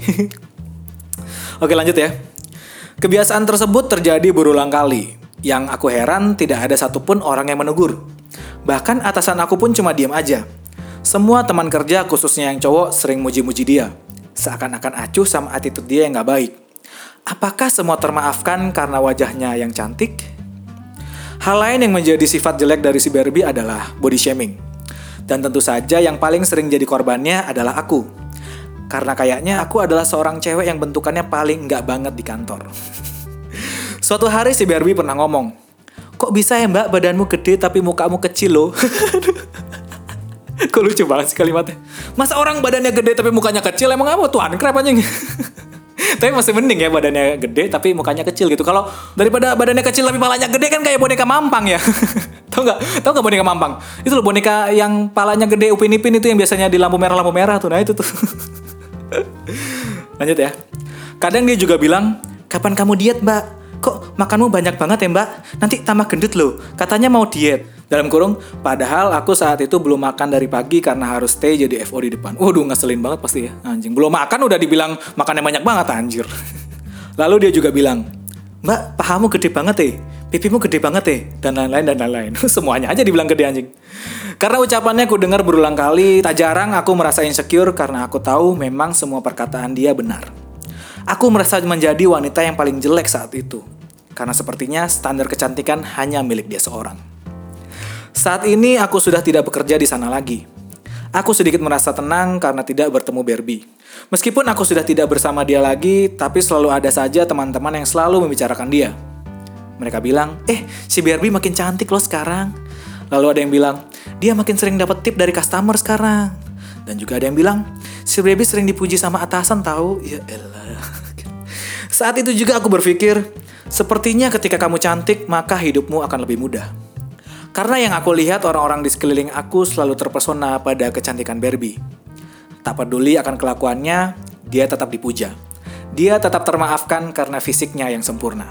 Oke, lanjut ya. Kebiasaan tersebut terjadi berulang kali. Yang aku heran, tidak ada satupun orang yang menegur. Bahkan atasan aku pun cuma diam aja. Semua teman kerja, khususnya yang cowok, sering muji-muji dia. Seakan-akan acuh sama attitude dia yang gak baik. Apakah semua termaafkan karena wajahnya yang cantik? Hal lain yang menjadi sifat jelek dari si Barbie adalah body shaming. Dan tentu saja yang paling sering jadi korbannya adalah aku. Karena kayaknya aku adalah seorang cewek yang bentukannya paling nggak banget di kantor. Suatu hari si Barbie pernah ngomong, kok bisa ya mbak badanmu gede tapi mukamu kecil loh? Kok lucu banget sih kalimatnya. Masa orang badannya gede tapi mukanya kecil, emang apa tuan krep anjing? Tapi masih mending ya badannya gede tapi mukanya kecil gitu. Kalau daripada badannya kecil tapi palanya gede kan kayak boneka Mampang ya. Tau nggak boneka Mampang? Itu loh boneka yang palanya gede upin-ipin itu yang biasanya di lampu merah tuh. Nah itu tuh. Lanjut ya. Kadang dia juga bilang, kapan kamu diet mbak? Kok makanmu banyak banget ya mbak? Nanti tambah gendut loh. Katanya mau diet. Dalam kurung, padahal aku saat itu belum makan dari pagi karena harus stay jadi FO di depan. Waduh, ngeselin banget pasti ya, anjing. Belum makan udah dibilang makannya banyak banget, anjir. Lalu dia juga bilang, mbak, pahamu gede banget pipimu gede banget dan lain-lain. Semuanya aja dibilang gede, anjing. Karena ucapannya aku dengar berulang kali, tak jarang aku merasa insecure karena aku tahu memang semua perkataan dia benar. Aku merasa menjadi wanita yang paling jelek saat itu. Karena sepertinya standar kecantikan hanya milik dia seorang. Saat ini aku sudah tidak bekerja di sana lagi. Aku sedikit merasa tenang karena tidak bertemu Barbie. Meskipun aku sudah tidak bersama dia lagi, tapi selalu ada saja teman-teman yang selalu membicarakan dia. Mereka bilang, si Barbie makin cantik loh sekarang. Lalu ada yang bilang, dia makin sering dapat tip dari customer sekarang. Dan juga ada yang bilang, si Barbie sering dipuji sama atasan tahu. Ya elah. Saat itu juga aku berpikir, sepertinya ketika kamu cantik, maka hidupmu akan lebih mudah. Karena yang aku lihat orang-orang di sekeliling aku selalu terpesona pada kecantikan Barbie. Tak peduli akan kelakuannya, dia tetap dipuja. Dia tetap termaafkan karena fisiknya yang sempurna.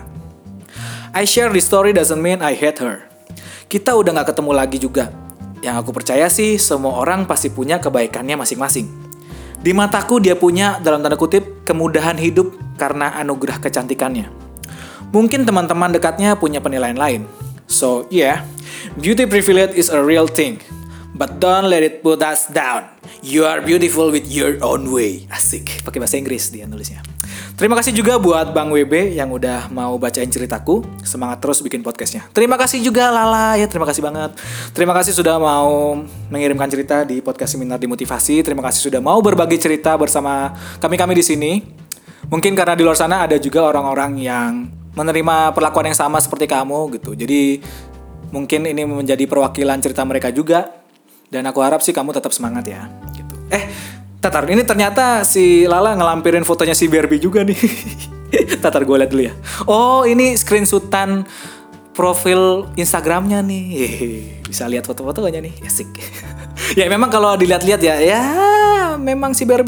I share this story doesn't mean I hate her. Kita udah gak ketemu lagi juga. Yang aku percaya sih, semua orang pasti punya kebaikannya masing-masing. Di mataku dia punya, dalam tanda kutip, kemudahan hidup karena anugerah kecantikannya. Mungkin teman-teman dekatnya punya penilaian lain. So, yeah, beauty privilege is a real thing. But don't let it put us down. You are beautiful with your own way. Asik, pakai bahasa Inggris dia nulisnya. Terima kasih juga buat Bang WB yang udah mau bacain ceritaku. Semangat terus bikin podcastnya. Terima kasih juga Lala ya, terima kasih banget. Terima kasih sudah mau mengirimkan cerita di podcast Seminar Dimotivasi. Terima kasih sudah mau berbagi cerita bersama kami di sini. Mungkin karena di luar sana ada juga orang-orang yang menerima perlakuan yang sama seperti kamu gitu. Jadi mungkin ini menjadi perwakilan cerita mereka juga. Dan aku harap sih kamu tetap semangat ya gitu. Tatar, ini ternyata si Lala ngelampirin fotonya si Barbie juga nih. Tatar, gue liat dulu ya. Oh, ini screenshotan profil Instagramnya nih. Bisa lihat foto-fotonya nih, asik. Ya memang kalau dilihat-lihat ya memang si Barbie ini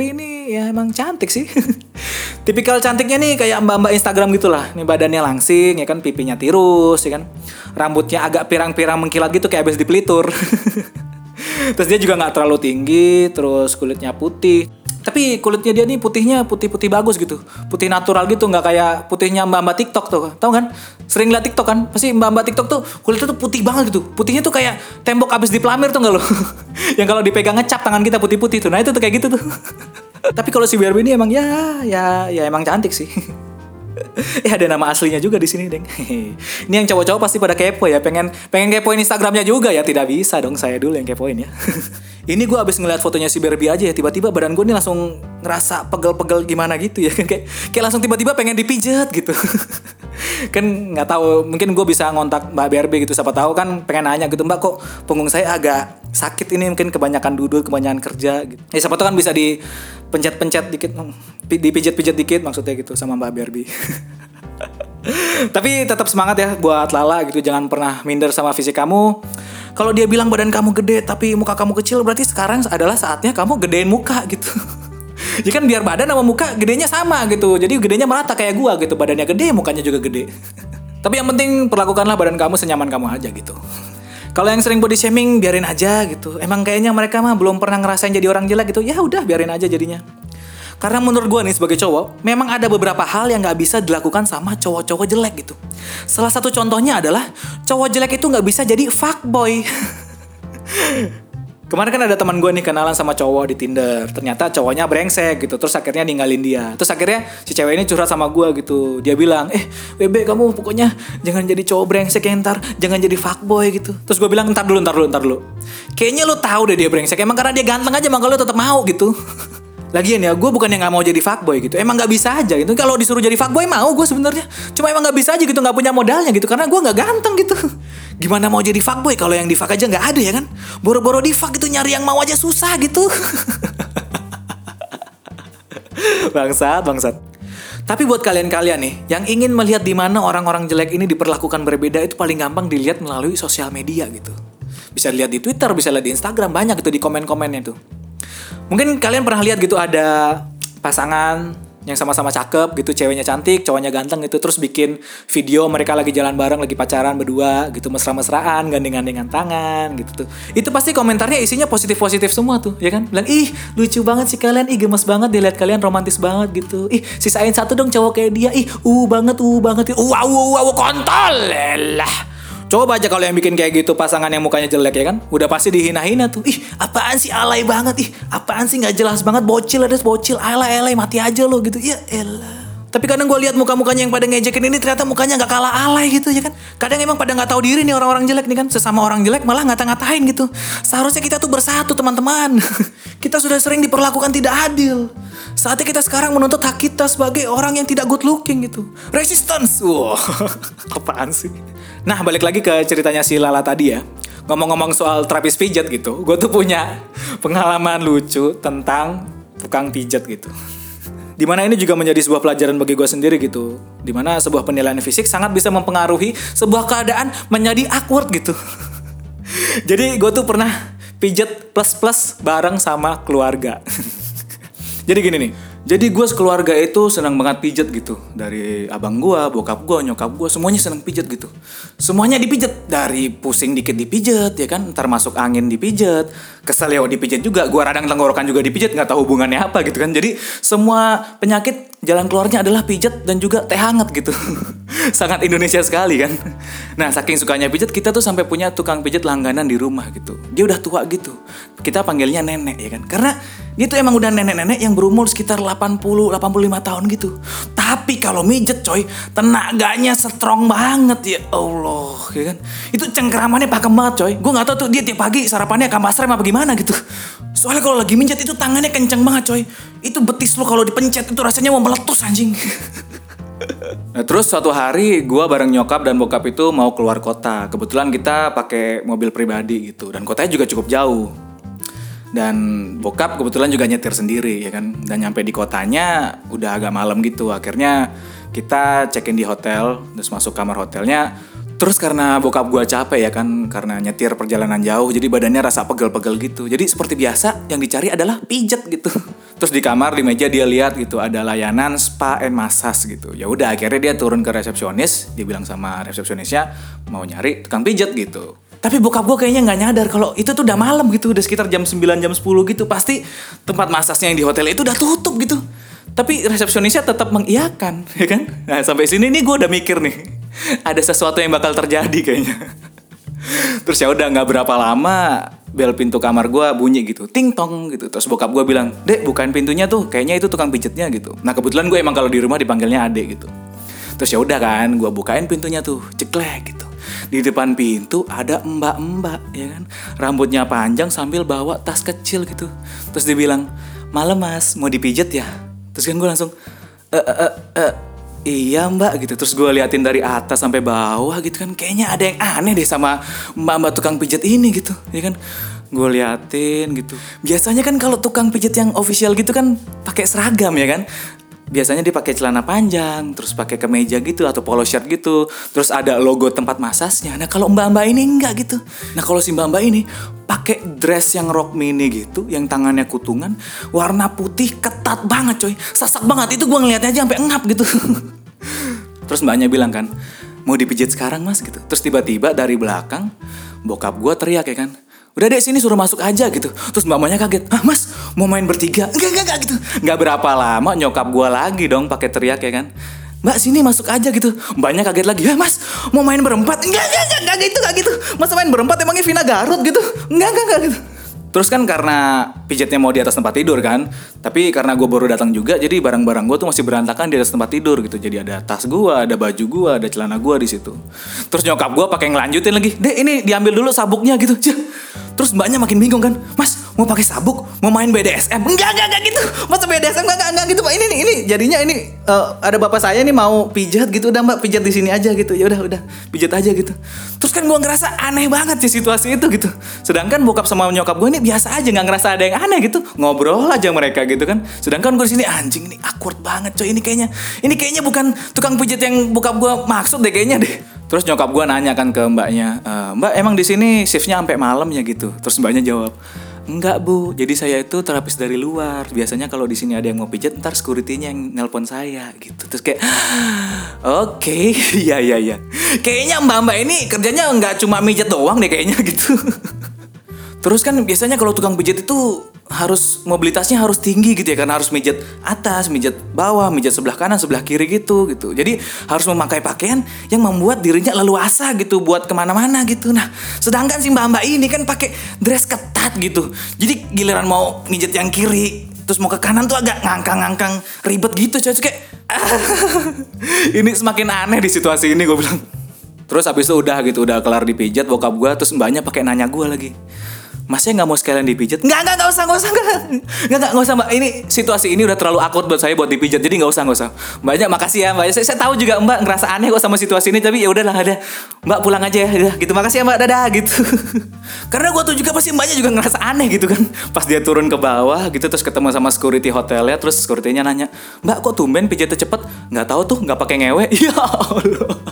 ya emang cantik sih. Tipikal cantiknya nih kayak mbak-mbak Instagram gitulah. Nih badannya langsing ya kan, pipinya tirus ya kan. Rambutnya agak pirang-pirang mengkilat gitu kayak habis dipelitur. Terus dia juga nggak terlalu tinggi, terus kulitnya putih. Tapi kulitnya dia nih putihnya putih-putih bagus gitu. Putih natural gitu, nggak kayak putihnya mbak-mbak TikTok tuh. Tahu kan? Sering liat TikTok kan? Pasti mbak-mbak TikTok tuh kulitnya tuh putih banget gitu. Putihnya tuh kayak tembok abis dipelamir tuh nggak lo? Yang kalau dipegang ngecap tangan kita putih-putih tuh. Nah itu tuh kayak gitu tuh. Tapi kalau si Barbie ini emang ya emang cantik sih. Ada nama aslinya juga di sini, Deng. Ini yang cowok-cowok pasti pada kepo ya, pengen kepoin Instagramnya juga ya. Tidak bisa dong, saya dulu yang kepoin ya. Ini gue abis ngeliat fotonya si Barbie aja ya, tiba-tiba badan gue nih langsung ngerasa pegel-pegel gimana gitu ya. Kayak langsung tiba-tiba pengen dipijet gitu. Kan nggak tahu, mungkin gue bisa ngontak Mbak Barbie gitu, siapa tahu kan pengen nanya gitu, Mbak kok punggung saya agak sakit ini, mungkin kebanyakan duduk, kebanyakan kerja gitu. Ya siapa tahu kan bisa dipencet-pencet dikit, dipijat-pijat dikit maksudnya gitu sama Mbak Barbie. Tapi tetap semangat ya buat Lala gitu, jangan pernah minder sama fisik kamu. Kalau dia bilang badan kamu gede tapi muka kamu kecil, berarti sekarang adalah saatnya kamu gedein muka gitu. Ya kan biar badan sama muka gedenya sama gitu. Jadi gedenya merata kayak gua gitu, badannya gede, mukanya juga gede. Tapi yang penting perlakukanlah badan kamu senyaman kamu aja gitu. Kalau yang sering body shaming biarin aja gitu. Emang kayaknya mereka mah belum pernah ngerasain jadi orang jelek gitu. Ya udah biarin aja jadinya. Karena menurut gue nih sebagai cowok, memang ada beberapa hal yang gak bisa dilakukan sama cowok-cowok jelek gitu. Salah satu contohnya adalah cowok jelek itu gak bisa jadi fuckboy. Kemarin kan ada teman gue nih kenalan sama cowok di Tinder. Ternyata cowoknya brengsek gitu. Terus akhirnya ninggalin dia. Terus akhirnya si cewek ini curhat sama gue gitu. Dia bilang, Bebe kamu pokoknya jangan jadi cowok brengsek ya ntar. Jangan jadi fuckboy gitu. Terus gue bilang, ntar dulu. Kayaknya lu tahu deh dia brengsek. Emang karena dia ganteng aja makanya lu tetap mau gitu. Lagian ya, gue bukan yang nggak mau jadi fuckboy gitu. Emang nggak bisa aja gitu. Kalau disuruh jadi fuckboy mau gue sebenarnya. Cuma emang nggak bisa aja gitu, nggak punya modalnya gitu. Karena gue nggak ganteng gitu. Gimana mau jadi fuckboy kalau yang di fuck aja nggak ada ya kan? Boro-boro di fuck gitu, nyari yang mau aja susah gitu. Bangsat. Tapi buat kalian-kalian nih, yang ingin melihat di mana orang-orang jelek ini diperlakukan berbeda, itu paling gampang dilihat melalui sosial media gitu. Bisa dilihat di Twitter, bisa lihat di Instagram, banyak gitu di komen-komennya tuh. Mungkin kalian pernah lihat gitu ada pasangan yang sama-sama cakep gitu, ceweknya cantik, cowoknya ganteng gitu, terus bikin video mereka lagi jalan bareng, lagi pacaran berdua gitu, mesra-mesraan, gandeng-gandengan tangan gitu tuh. Itu pasti komentarnya isinya positif-positif semua tuh, ya kan? Bilang, ih lucu banget sih kalian, ih gemes banget dilihat kalian, romantis banget gitu. Ih sisain satu dong cowok kayak dia, ih banget, wow, kontol lah. Coba aja kalau yang bikin kayak gitu pasangan yang mukanya jelek ya kan, udah pasti dihina-hina tuh. Ih apaan sih alay banget, ih apaan sih nggak jelas banget, bocil alay mati aja lo gitu. Ya elah. Tapi kadang gue lihat muka-mukanya yang pada ngejekin ini ternyata mukanya nggak kalah alay gitu ya kan. Kadang emang pada nggak tahu diri nih orang-orang jelek nih kan, sesama orang jelek malah ngata-ngatain gitu. Seharusnya kita tuh bersatu teman-teman. Kita sudah sering diperlakukan tidak adil. Saatnya kita sekarang menuntut hak kita sebagai orang yang tidak good looking gitu. Resistance. Wow. Apaan sih? Nah balik lagi ke ceritanya si Lala tadi ya. Ngomong-ngomong soal terapis pijat gitu, gue tuh punya pengalaman lucu tentang tukang pijat gitu. Dimana ini juga menjadi sebuah pelajaran bagi gue sendiri gitu. Dimana sebuah penilaian fisik sangat bisa mempengaruhi sebuah keadaan menjadi awkward gitu. Jadi gue tuh pernah pijat plus-plus bareng sama keluarga. Jadi gini nih, jadi gue sekeluarga itu senang banget pijat gitu. Dari abang gue, bokap gue, nyokap gue, semuanya senang pijat gitu. Semuanya dipijat, dari pusing dikit dipijat ya kan, ntar masuk angin dipijat, kesel ya dipijat juga, gue radang tenggorokan juga dipijat, gak tahu hubungannya apa gitu kan. Jadi semua penyakit jalan keluarnya adalah pijat dan juga teh hangat gitu. Sangat Indonesia sekali kan. Nah saking sukanya pijat, kita tuh sampai punya tukang pijat langganan di rumah gitu. Dia udah tua gitu, kita panggilnya nenek ya kan, karena dia tuh emang udah nenek-nenek yang berumur sekitar 80-85 tahun gitu. Tapi kalau mijet coy, tenaganya strong banget ya Allah ya kan. Itu cengkeramannya pakem banget coy. Gue gak tahu tuh dia tiap pagi sarapannya kampas rem apa gimana gitu. Soalnya kalau lagi mijet itu tangannya kenceng banget coy. Itu betis lo kalau dipencet itu rasanya mau meletus anjing. Nah terus suatu hari gue bareng nyokap dan bokap itu mau keluar kota. Kebetulan kita pakai mobil pribadi gitu. Dan kotanya juga cukup jauh. Dan bokap kebetulan juga nyetir sendiri ya kan. Dan nyampe di kotanya udah agak malam gitu. Akhirnya kita check-in di hotel, terus masuk kamar hotelnya. Terus karena bokap gue capek ya kan, karena nyetir perjalanan jauh, jadi badannya rasa pegel-pegel gitu. Jadi seperti biasa yang dicari adalah pijat gitu. Terus di kamar di meja dia lihat gitu ada layanan spa and massage gitu. Ya udah akhirnya dia turun ke resepsionis, dia bilang sama resepsionisnya mau nyari tukang pijat gitu. Tapi bokap gue kayaknya nggak nyadar kalau itu tuh udah malam gitu, udah sekitar jam 9 jam 10 gitu. Pasti tempat massasnya yang di hotel itu udah tutup gitu. Tapi resepsionisnya tetap mengiyakan, ya kan? Nah sampai sini nih gue udah mikir nih, ada sesuatu yang bakal terjadi kayaknya. Terus ya udah nggak berapa lama bel pintu kamar gue bunyi gitu, ting tong gitu. Terus bokap gue bilang, "Dek, bukain pintunya tuh, kayaknya itu tukang pijatnya gitu." Nah kebetulan gue emang kalau di rumah dipanggilnya adek gitu. Terus ya udah kan, gue bukain pintunya tuh, ceklek gitu. Di depan pintu ada mbak-mbak, ya kan, rambutnya panjang sambil bawa tas kecil gitu. Terus dia bilang, "Malam mas, mau dipijat ya?" Terus kan gue langsung, iya mbak gitu. Terus gue liatin dari atas sampai bawah gitu kan, kayaknya ada yang aneh deh sama mbak-mbak tukang pijat ini gitu, ya kan. Gue liatin gitu. Biasanya kan kalau tukang pijat yang official gitu kan pakai seragam, ya kan. Biasanya dia pakai celana panjang, terus pakai kemeja gitu atau polo shirt gitu, terus ada logo tempat masasnya. Nah kalau mbak-mbak ini enggak gitu. Nah kalau si mbak-mbak ini pakai dress yang rok mini gitu, yang tangannya kutungan, warna putih ketat banget coy, sesak banget. Itu gue ngeliatnya aja sampai ngap gitu. Terus mbaknya bilang kan, "Mau dipijit sekarang mas?" gitu. Terus tiba-tiba dari belakang bokap gue teriak ya kan, "Udah deh sini suruh masuk aja gitu." Terus mbaknya kaget, "Hah mas mau main bertiga?" Enggak gitu. Enggak berapa lama nyokap gue lagi dong pakai teriak ya kan, "Mbak sini masuk aja gitu." Mbaknya kaget lagi, "Ya mas mau main berempat?" Enggak gitu. Masa main berempat emangnya Vina Garut gitu? Enggak gitu. Terus kan karena pijatnya mau di atas tempat tidur kan, tapi karena gue baru datang juga, jadi barang-barang gue tuh masih berantakan di atas tempat tidur gitu. Jadi ada tas gue, ada baju gue, ada celana gue di situ. Terus nyokap gue pakai ngelanjutin lagi, "Dek ini diambil dulu sabuknya gitu." Terus mbaknya makin bingung kan, "Mas mau pakai sabuk, mau main BDSM?" Enggak gitu. Masa BDSM enggak gitu Pak. Ini jadinya ini ada bapak saya nih mau pijat gitu, udah Mbak pijat di sini aja gitu. Ya udah pijat aja gitu. Terus kan gue ngerasa aneh banget sih situasi itu gitu. Sedangkan bokap sama nyokap gue ini biasa aja, nggak ngerasa ada yang aneh gitu. Ngobrol aja mereka gitu kan. Sedangkan gue di sini anjing ini awkward banget coy. Ini kayaknya bukan tukang pijat yang bokap gue maksud deh kayaknya deh. Terus nyokap gue nanya kan ke mbaknya, "Mbak emang di sini shiftnya sampai malam ya gitu?" Terus mbaknya jawab, "Enggak bu, jadi saya itu terapis dari luar. Biasanya kalau di sini ada yang mau pijat, ntar security-nya yang nelpon saya gitu." Terus kayak, oke, iya. Kayaknya mbak-mbak ini kerjanya nggak cuma mijat doang deh kayaknya gitu. Terus kan biasanya kalau tukang pijat itu harus mobilitasnya harus tinggi gitu ya, karena harus mijat atas, mijat bawah, mijat sebelah kanan, sebelah kiri gitu. Jadi harus memakai pakaian yang membuat dirinya leluasa gitu buat kemana-mana gitu. Nah, sedangkan si mbak-mbak ini kan pakai dress ketat gitu. Jadi giliran mau mijat yang kiri, terus mau ke kanan tuh agak ngangkang-ngangkang ribet gitu. Coy kayak ini semakin aneh di situasi ini gue bilang. Terus habis itu udah kelar dipijat bokap gue, terus mbaknya pakai nanya gue lagi, "Masnya nggak mau sekalian dipijat?" Nggak usah mbak. Ini situasi ini udah terlalu awkward buat saya buat dipijat, jadi nggak usah. Mbaknya makasih ya mbak. Saya tahu juga mbak ngerasa aneh kok sama situasi ini, tapi ya udahlah ada. Mbak pulang aja ya, udah gitu. Makasih ya mbak, dadah gitu. Karena gue tuh juga pasti mbaknya juga ngerasa aneh gitu kan. Pas dia turun ke bawah gitu, terus ketemu sama security hotelnya, terus securitynya nanya, "Mbak kok tumben pijatnya cepet?" "Nggak tahu tuh, nggak pakai ngewe." Ya Allah.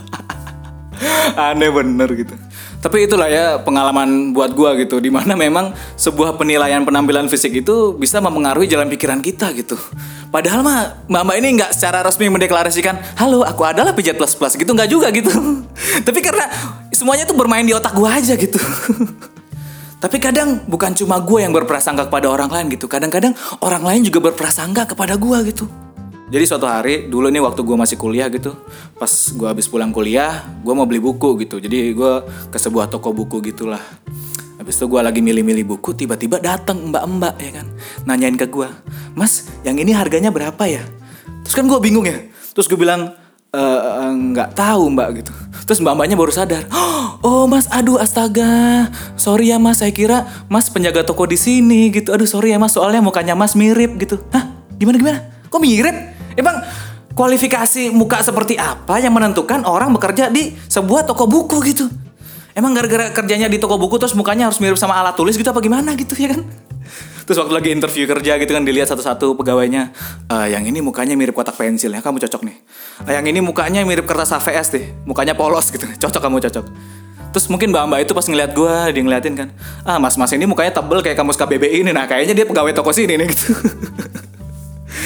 Aneh bener gitu. Tapi itulah ya pengalaman buat gua gitu, dimana memang sebuah penilaian penampilan fisik itu bisa mempengaruhi jalan pikiran kita gitu. Padahal mah mbak ini nggak secara resmi mendeklarasikan, "Halo aku adalah pijat plus plus" gitu, nggak juga gitu. Tapi karena semuanya tuh bermain di otak gua aja gitu. Tapi kadang bukan cuma gua yang berprasangka kepada orang lain gitu, kadang-kadang orang lain juga berprasangka kepada gua gitu. Jadi suatu hari dulu nih waktu gue masih kuliah gitu, pas gue habis pulang kuliah, gue mau beli buku gitu. Jadi gue ke sebuah toko buku gitulah. Habis itu gue lagi milih-milih buku, tiba-tiba datang mbak-mbak ya kan, nanyain ke gue, "Mas, yang ini harganya berapa ya?" Terus kan gue bingung ya. Terus gue bilang, "Nggak tahu mbak" gitu. Terus mbak-mbaknya baru sadar, "Oh mas, aduh astaga, sorry ya mas, saya kira mas penjaga toko di sini gitu. Aduh sorry ya mas, soalnya mukanya mas mirip gitu." "Hah? Gimana? Kok mirip? Emang kualifikasi muka seperti apa yang menentukan orang bekerja di sebuah toko buku gitu? Emang gara-gara kerjanya di toko buku terus mukanya harus mirip sama alat tulis gitu apa gimana gitu ya kan?" Terus waktu lagi interview kerja gitu kan dilihat satu-satu pegawainya, "Yang ini mukanya mirip kotak pensil ya, kamu cocok nih. Yang ini mukanya mirip kertas HVS deh, mukanya polos gitu, kamu cocok." Terus mungkin mbak-mbak itu pas ngeliat gue, dia ngeliatin kan, "Mas ini mukanya tebel kayak kamus KBBI ini, nah kayaknya dia pegawai toko sini nih gitu."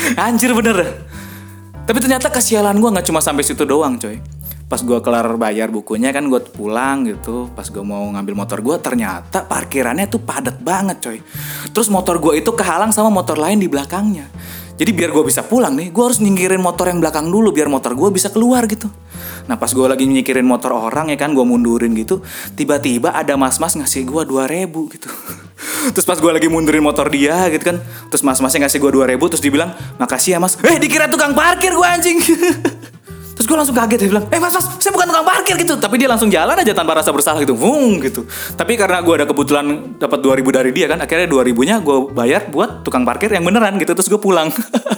Anjir bener. Tapi ternyata kesialan gue gak cuma sampai situ doang coy. Pas gue kelar bayar bukunya kan gue pulang gitu. Pas gue mau ngambil motor gue, ternyata parkirannya tuh padat banget coy. Terus motor gue itu kehalang sama motor lain di belakangnya. Jadi biar gue bisa pulang nih, gue harus nyingkirin motor yang belakang dulu biar motor gue bisa keluar gitu. Nah pas gue lagi nyingkirin motor orang ya kan, gue mundurin gitu, tiba-tiba ada mas-mas ngasih gue 2.000 gitu. Terus pas gue lagi mundurin motor dia gitu kan, terus mas-masnya ngasih gue 2.000, terus dibilang, makasih ya mas. Dikira tukang parkir gue anjing. Terus gue langsung kaget, dia bilang, mas, saya bukan tukang parkir gitu. Tapi dia langsung jalan aja tanpa rasa bersalah gitu, gitu. Tapi karena gue ada kebetulan dapat 2.000 dari dia kan, akhirnya 2.000-nya gue bayar buat tukang parkir yang beneran gitu. Terus gue pulang.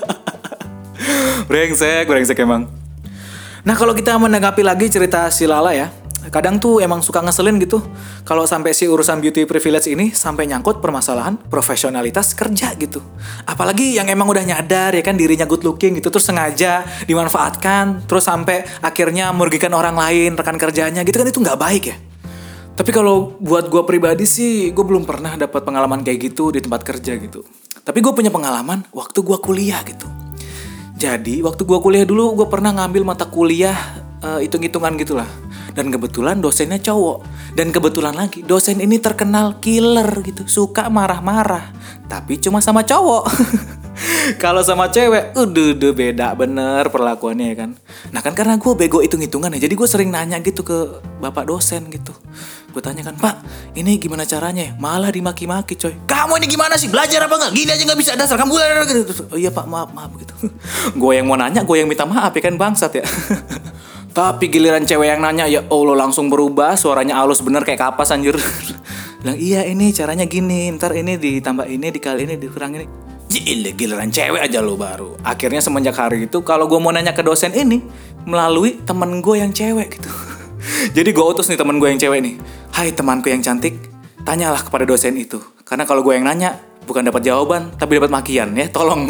brengsek emang. Nah kalau kita menanggapi lagi cerita si Lala ya, kadang tuh emang suka ngeselin gitu kalau sampai si urusan beauty privilege ini sampai nyangkut permasalahan profesionalitas kerja gitu. Apalagi yang emang udah nyadar ya kan dirinya good looking gitu, terus sengaja dimanfaatkan, terus sampai akhirnya merugikan orang lain, rekan kerjanya gitu kan, itu nggak baik ya. Tapi kalau buat gue pribadi sih, gue belum pernah dapat pengalaman kayak gitu di tempat kerja gitu. Tapi gue punya pengalaman waktu gue kuliah gitu. Jadi waktu gue kuliah dulu, gue pernah ngambil mata kuliah hitung-hitungan gitulah. Dan kebetulan dosennya cowok. Dan kebetulan lagi dosen ini terkenal killer gitu, suka marah-marah. Tapi cuma sama cowok. Kalau sama cewek, udah beda bener perlakuannya ya kan. Nah kan karena gue bego hitung-hitungan ya, jadi gue sering nanya gitu ke bapak dosen gitu. Gue tanya kan, Pak, ini gimana caranya? Malah dimaki-maki coy. Kamu ini gimana sih? Belajar apa enggak? Gini aja gak bisa dasar kamu gitu. Oh iya Pak, maaf gitu. Gue yang mau nanya, gue yang minta maaf ya kan, bangsat ya. Tapi giliran cewek yang nanya, ya Allah langsung berubah, suaranya halus bener kayak kapas anjir. Bilang, iya ini caranya gini, ntar ini ditambah ini, dikali ini, dikurang ini. Giliran cewek aja lo baru. Akhirnya semenjak hari itu, kalau gue mau nanya ke dosen ini, melalui temen gue yang cewek gitu. Jadi gue utus nih temen gue yang cewek nih, hai temanku yang cantik, tanyalah kepada dosen itu. Karena kalau gue yang nanya, bukan dapat jawaban, tapi dapat makian ya. Tolong.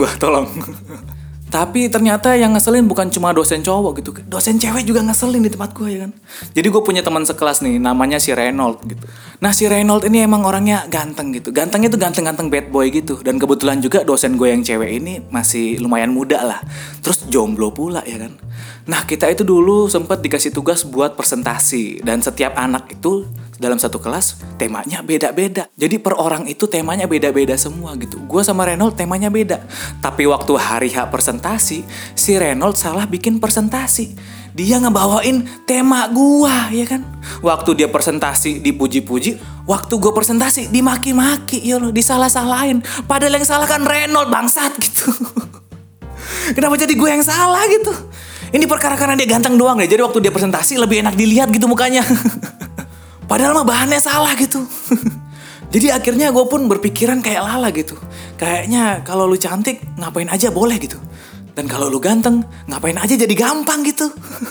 Tapi ternyata yang ngeselin bukan cuma dosen cowok gitu, dosen cewek juga ngeselin di tempat gue ya kan. Jadi gue punya teman sekelas nih, namanya si Reynold gitu. Nah si Reynold ini emang orangnya ganteng gitu, gantengnya tuh ganteng-ganteng bad boy gitu. Dan kebetulan juga dosen gue yang cewek ini masih lumayan muda lah, terus jomblo pula ya kan. Nah kita itu dulu sempat dikasih tugas buat presentasi, dan setiap anak itu dalam satu kelas temanya beda-beda. Jadi per orang itu temanya beda-beda semua gitu. Gue sama Reynold temanya beda. Tapi waktu hari H presentasi, si Reynold salah bikin presentasi. Dia ngebawain tema gue ya kan. Waktu dia presentasi dipuji-puji, waktu gue presentasi dimaki-maki, ya loh, disalah-salahin. Padahal yang salah kan Reynold bangsat gitu. Kenapa jadi gue yang salah gitu? Ini perkara karena dia ganteng doang deh. Jadi waktu dia presentasi lebih enak dilihat gitu mukanya. Padahal mah bahannya salah gitu. Jadi akhirnya gue pun berpikiran kayak Lala gitu. Kayaknya kalau lu cantik ngapain aja boleh gitu. Dan kalau lu ganteng ngapain aja jadi gampang gitu.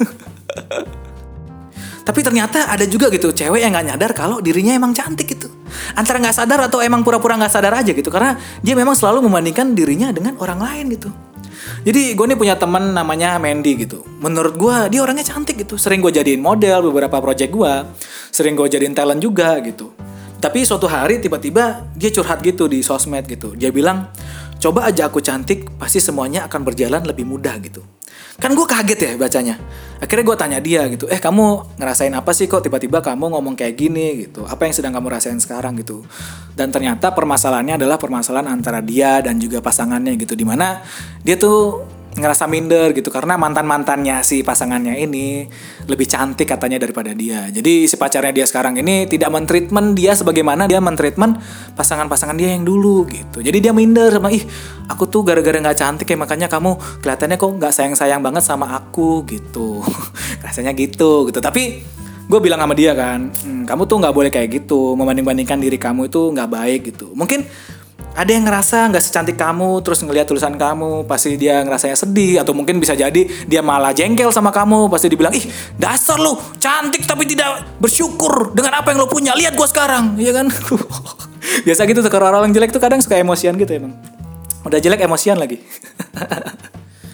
Tapi ternyata ada juga gitu cewek yang gak nyadar kalau dirinya emang cantik gitu. Antara gak sadar atau emang pura-pura gak sadar aja gitu. Karena dia memang selalu membandingkan dirinya dengan orang lain gitu. Jadi gue nih punya teman namanya Mandy gitu. Menurut gue dia orangnya cantik gitu. Sering gue jadiin model beberapa project gue. Sering gue jadiin talent juga gitu. Tapi suatu hari tiba-tiba dia curhat gitu di sosmed gitu. Dia bilang, coba aja aku cantik, pasti semuanya akan berjalan lebih mudah gitu. Kan gue kaget ya bacanya. Akhirnya gue tanya dia gitu, kamu ngerasain apa sih kok tiba-tiba kamu ngomong kayak gini gitu. Apa yang sedang kamu rasain sekarang gitu. Dan ternyata permasalahannya adalah permasalahan antara dia dan juga pasangannya gitu. Dimana dia tuh ngerasa minder gitu karena mantan-mantannya si pasangannya ini lebih cantik katanya daripada dia. Jadi si pacarnya dia sekarang ini tidak mentreatment dia sebagaimana dia mentreatment pasangan-pasangan dia yang dulu gitu. Jadi dia minder sama, aku tuh gara-gara gak cantik ya makanya kamu kelihatannya kok gak sayang-sayang banget sama aku gitu. Rasanya gitu. Tapi gue bilang sama dia kan, kamu tuh gak boleh kayak gitu, membanding-bandingkan diri kamu itu gak baik gitu. Mungkin ada yang ngerasa gak secantik kamu, terus ngelihat tulisan kamu, pasti dia ngerasanya sedih. Atau mungkin bisa jadi dia malah jengkel sama kamu. Pasti dibilang, dasar lu cantik tapi tidak bersyukur dengan apa yang lu punya. Lihat gua sekarang, iya kan? Biasa gitu tuh, kalau orang jelek tuh kadang suka emosian gitu emang. Udah jelek emosian lagi.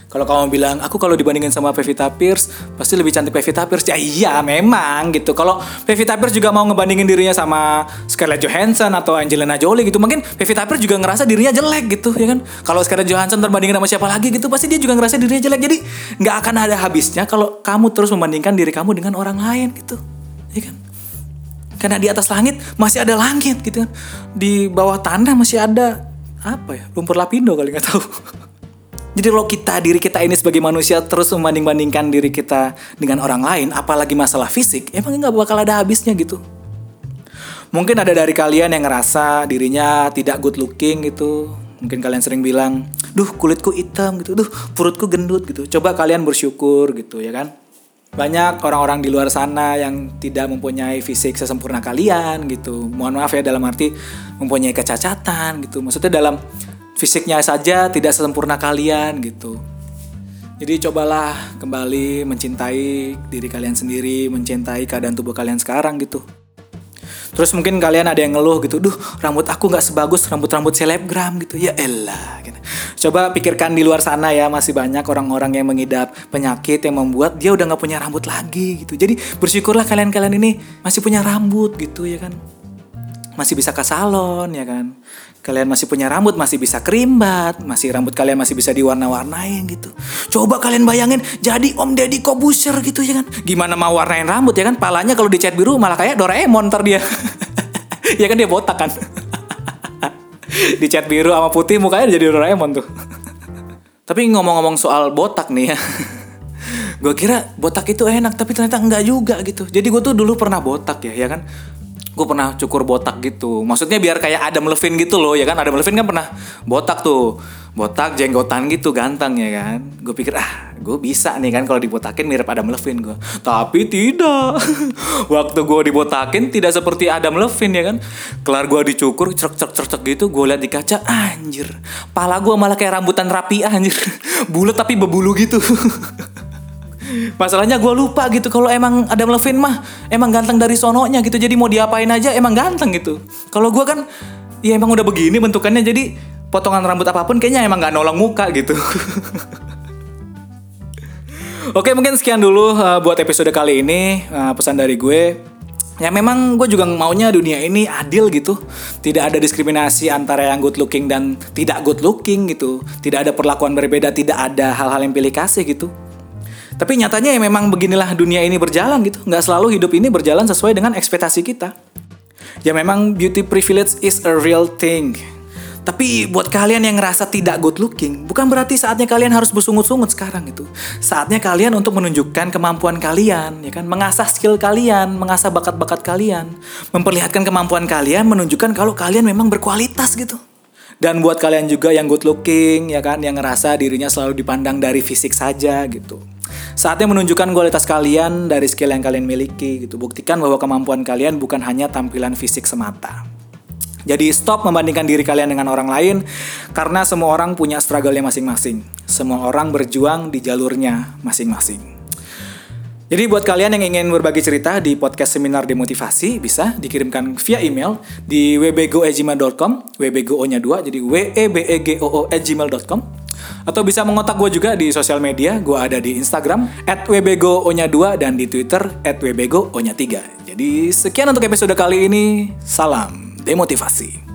Kalau kamu bilang, aku kalau dibandingin sama Pevita Pierce, pasti lebih cantik Pevita Pierce. Ya iya, memang gitu. Kalau Pevita Pierce juga mau ngebandingin dirinya sama Scarlett Johansson atau Angelina Jolie gitu, mungkin Pevita Pierce juga ngerasa dirinya jelek gitu, ya kan? Kalau Scarlett Johansson terbandingin sama siapa lagi gitu, pasti dia juga ngerasa dirinya jelek. Jadi nggak akan ada habisnya kalau kamu terus membandingkan diri kamu dengan orang lain gitu, ya kan? Karena di atas langit masih ada langit gitu kan. Di bawah tanah masih ada apa ya? Lumpur lapindo kali, nggak tahu. Jadi kalau diri kita ini sebagai manusia terus membanding-bandingkan diri kita dengan orang lain, apalagi masalah fisik, emang nggak bakal ada habisnya gitu. Mungkin ada dari kalian yang ngerasa dirinya tidak good looking gitu. Mungkin kalian sering bilang, duh kulitku hitam gitu, duh perutku gendut gitu. Coba kalian bersyukur gitu, ya kan. Banyak orang-orang di luar sana yang tidak mempunyai fisik sesempurna kalian gitu. Mohon maaf ya, dalam arti mempunyai kecacatan gitu. Maksudnya dalam fisiknya saja tidak sesempurna kalian gitu. Jadi cobalah kembali mencintai diri kalian sendiri, mencintai keadaan tubuh kalian sekarang gitu. Terus mungkin kalian ada yang ngeluh gitu, duh rambut aku gak sebagus rambut-rambut selebgram gitu. Ya elah gitu. Coba pikirkan di luar sana ya, masih banyak orang-orang yang mengidap penyakit yang membuat dia udah gak punya rambut lagi gitu. Jadi bersyukurlah kalian-kalian ini masih punya rambut gitu, ya kan. Masih bisa ke salon, ya kan. Kalian masih punya rambut, masih bisa kerimbat, masih rambut kalian masih bisa diwarna-warnain gitu. Coba kalian bayangin jadi Om Deddy Corbuzier gitu, ya kan. Gimana mau warnain rambut, ya kan. Palanya kalau dicat biru malah kayak Doraemon ntar dia. Ya kan, dia botak kan. Dicat biru sama putih mukanya jadi Doraemon tuh. Tapi ngomong-ngomong soal botak nih ya. Gue kira botak itu enak, tapi ternyata enggak juga gitu. Jadi gue tuh dulu pernah botak ya kan. Gue pernah cukur botak gitu. Maksudnya biar kayak Adam Levine gitu loh, ya kan. Adam Levine kan pernah botak tuh. Botak, jenggotan gitu, ganteng, ya kan. Gue pikir, gue bisa nih kan kalau dibotakin mirip Adam Levine gue. Tapi tidak. Waktu gue dibotakin tidak seperti Adam Levine, ya kan. Kelar gue dicukur, cerek gitu. Gue lihat di kaca, anjir. Pala gue malah kayak rambutan rapi, anjir. Bulet tapi berbulu gitu. Masalahnya gue lupa gitu kalau emang Adam Levine mah emang ganteng dari sononya gitu. Jadi mau diapain aja emang ganteng gitu. Kalau gue kan ya emang udah begini bentukannya, jadi potongan rambut apapun kayaknya emang gak nolong muka gitu. Oke, mungkin sekian dulu buat episode kali ini. Pesan dari gue, ya memang gue juga maunya dunia ini adil gitu. Tidak ada diskriminasi antara yang good looking dan tidak good looking gitu. Tidak ada perlakuan berbeda, tidak ada hal-hal yang pilih kasih gitu. Tapi nyatanya ya memang beginilah dunia ini berjalan gitu. Nggak selalu hidup ini berjalan sesuai dengan ekspektasi kita. Ya memang beauty privilege is a real thing. Tapi buat kalian yang ngerasa tidak good looking, bukan berarti saatnya kalian harus bersungut-sungut sekarang gitu. Saatnya kalian untuk menunjukkan kemampuan kalian, ya kan? Mengasah skill kalian, mengasah bakat-bakat kalian. Memperlihatkan kemampuan kalian, menunjukkan kalau kalian memang berkualitas gitu. Dan buat kalian juga yang good looking, ya kan? Yang ngerasa dirinya selalu dipandang dari fisik saja gitu. Saatnya menunjukkan kualitas kalian dari skill yang kalian miliki gitu. Buktikan bahwa kemampuan kalian bukan hanya tampilan fisik semata. Jadi stop membandingkan diri kalian dengan orang lain, karena semua orang punya struggle-nya masing-masing. Semua orang berjuang di jalurnya masing-masing. Jadi buat kalian yang ingin berbagi cerita di podcast Seminar Demotivasi, bisa dikirimkan via email di webego@gmail.com, webego-nya 2, jadi webego@gmail.com. Atau bisa mengontak gue juga di sosial media. Gue ada di Instagram @webego-2 dan di Twitter @webego-3. Jadi sekian untuk episode kali ini. Salam demotivasi.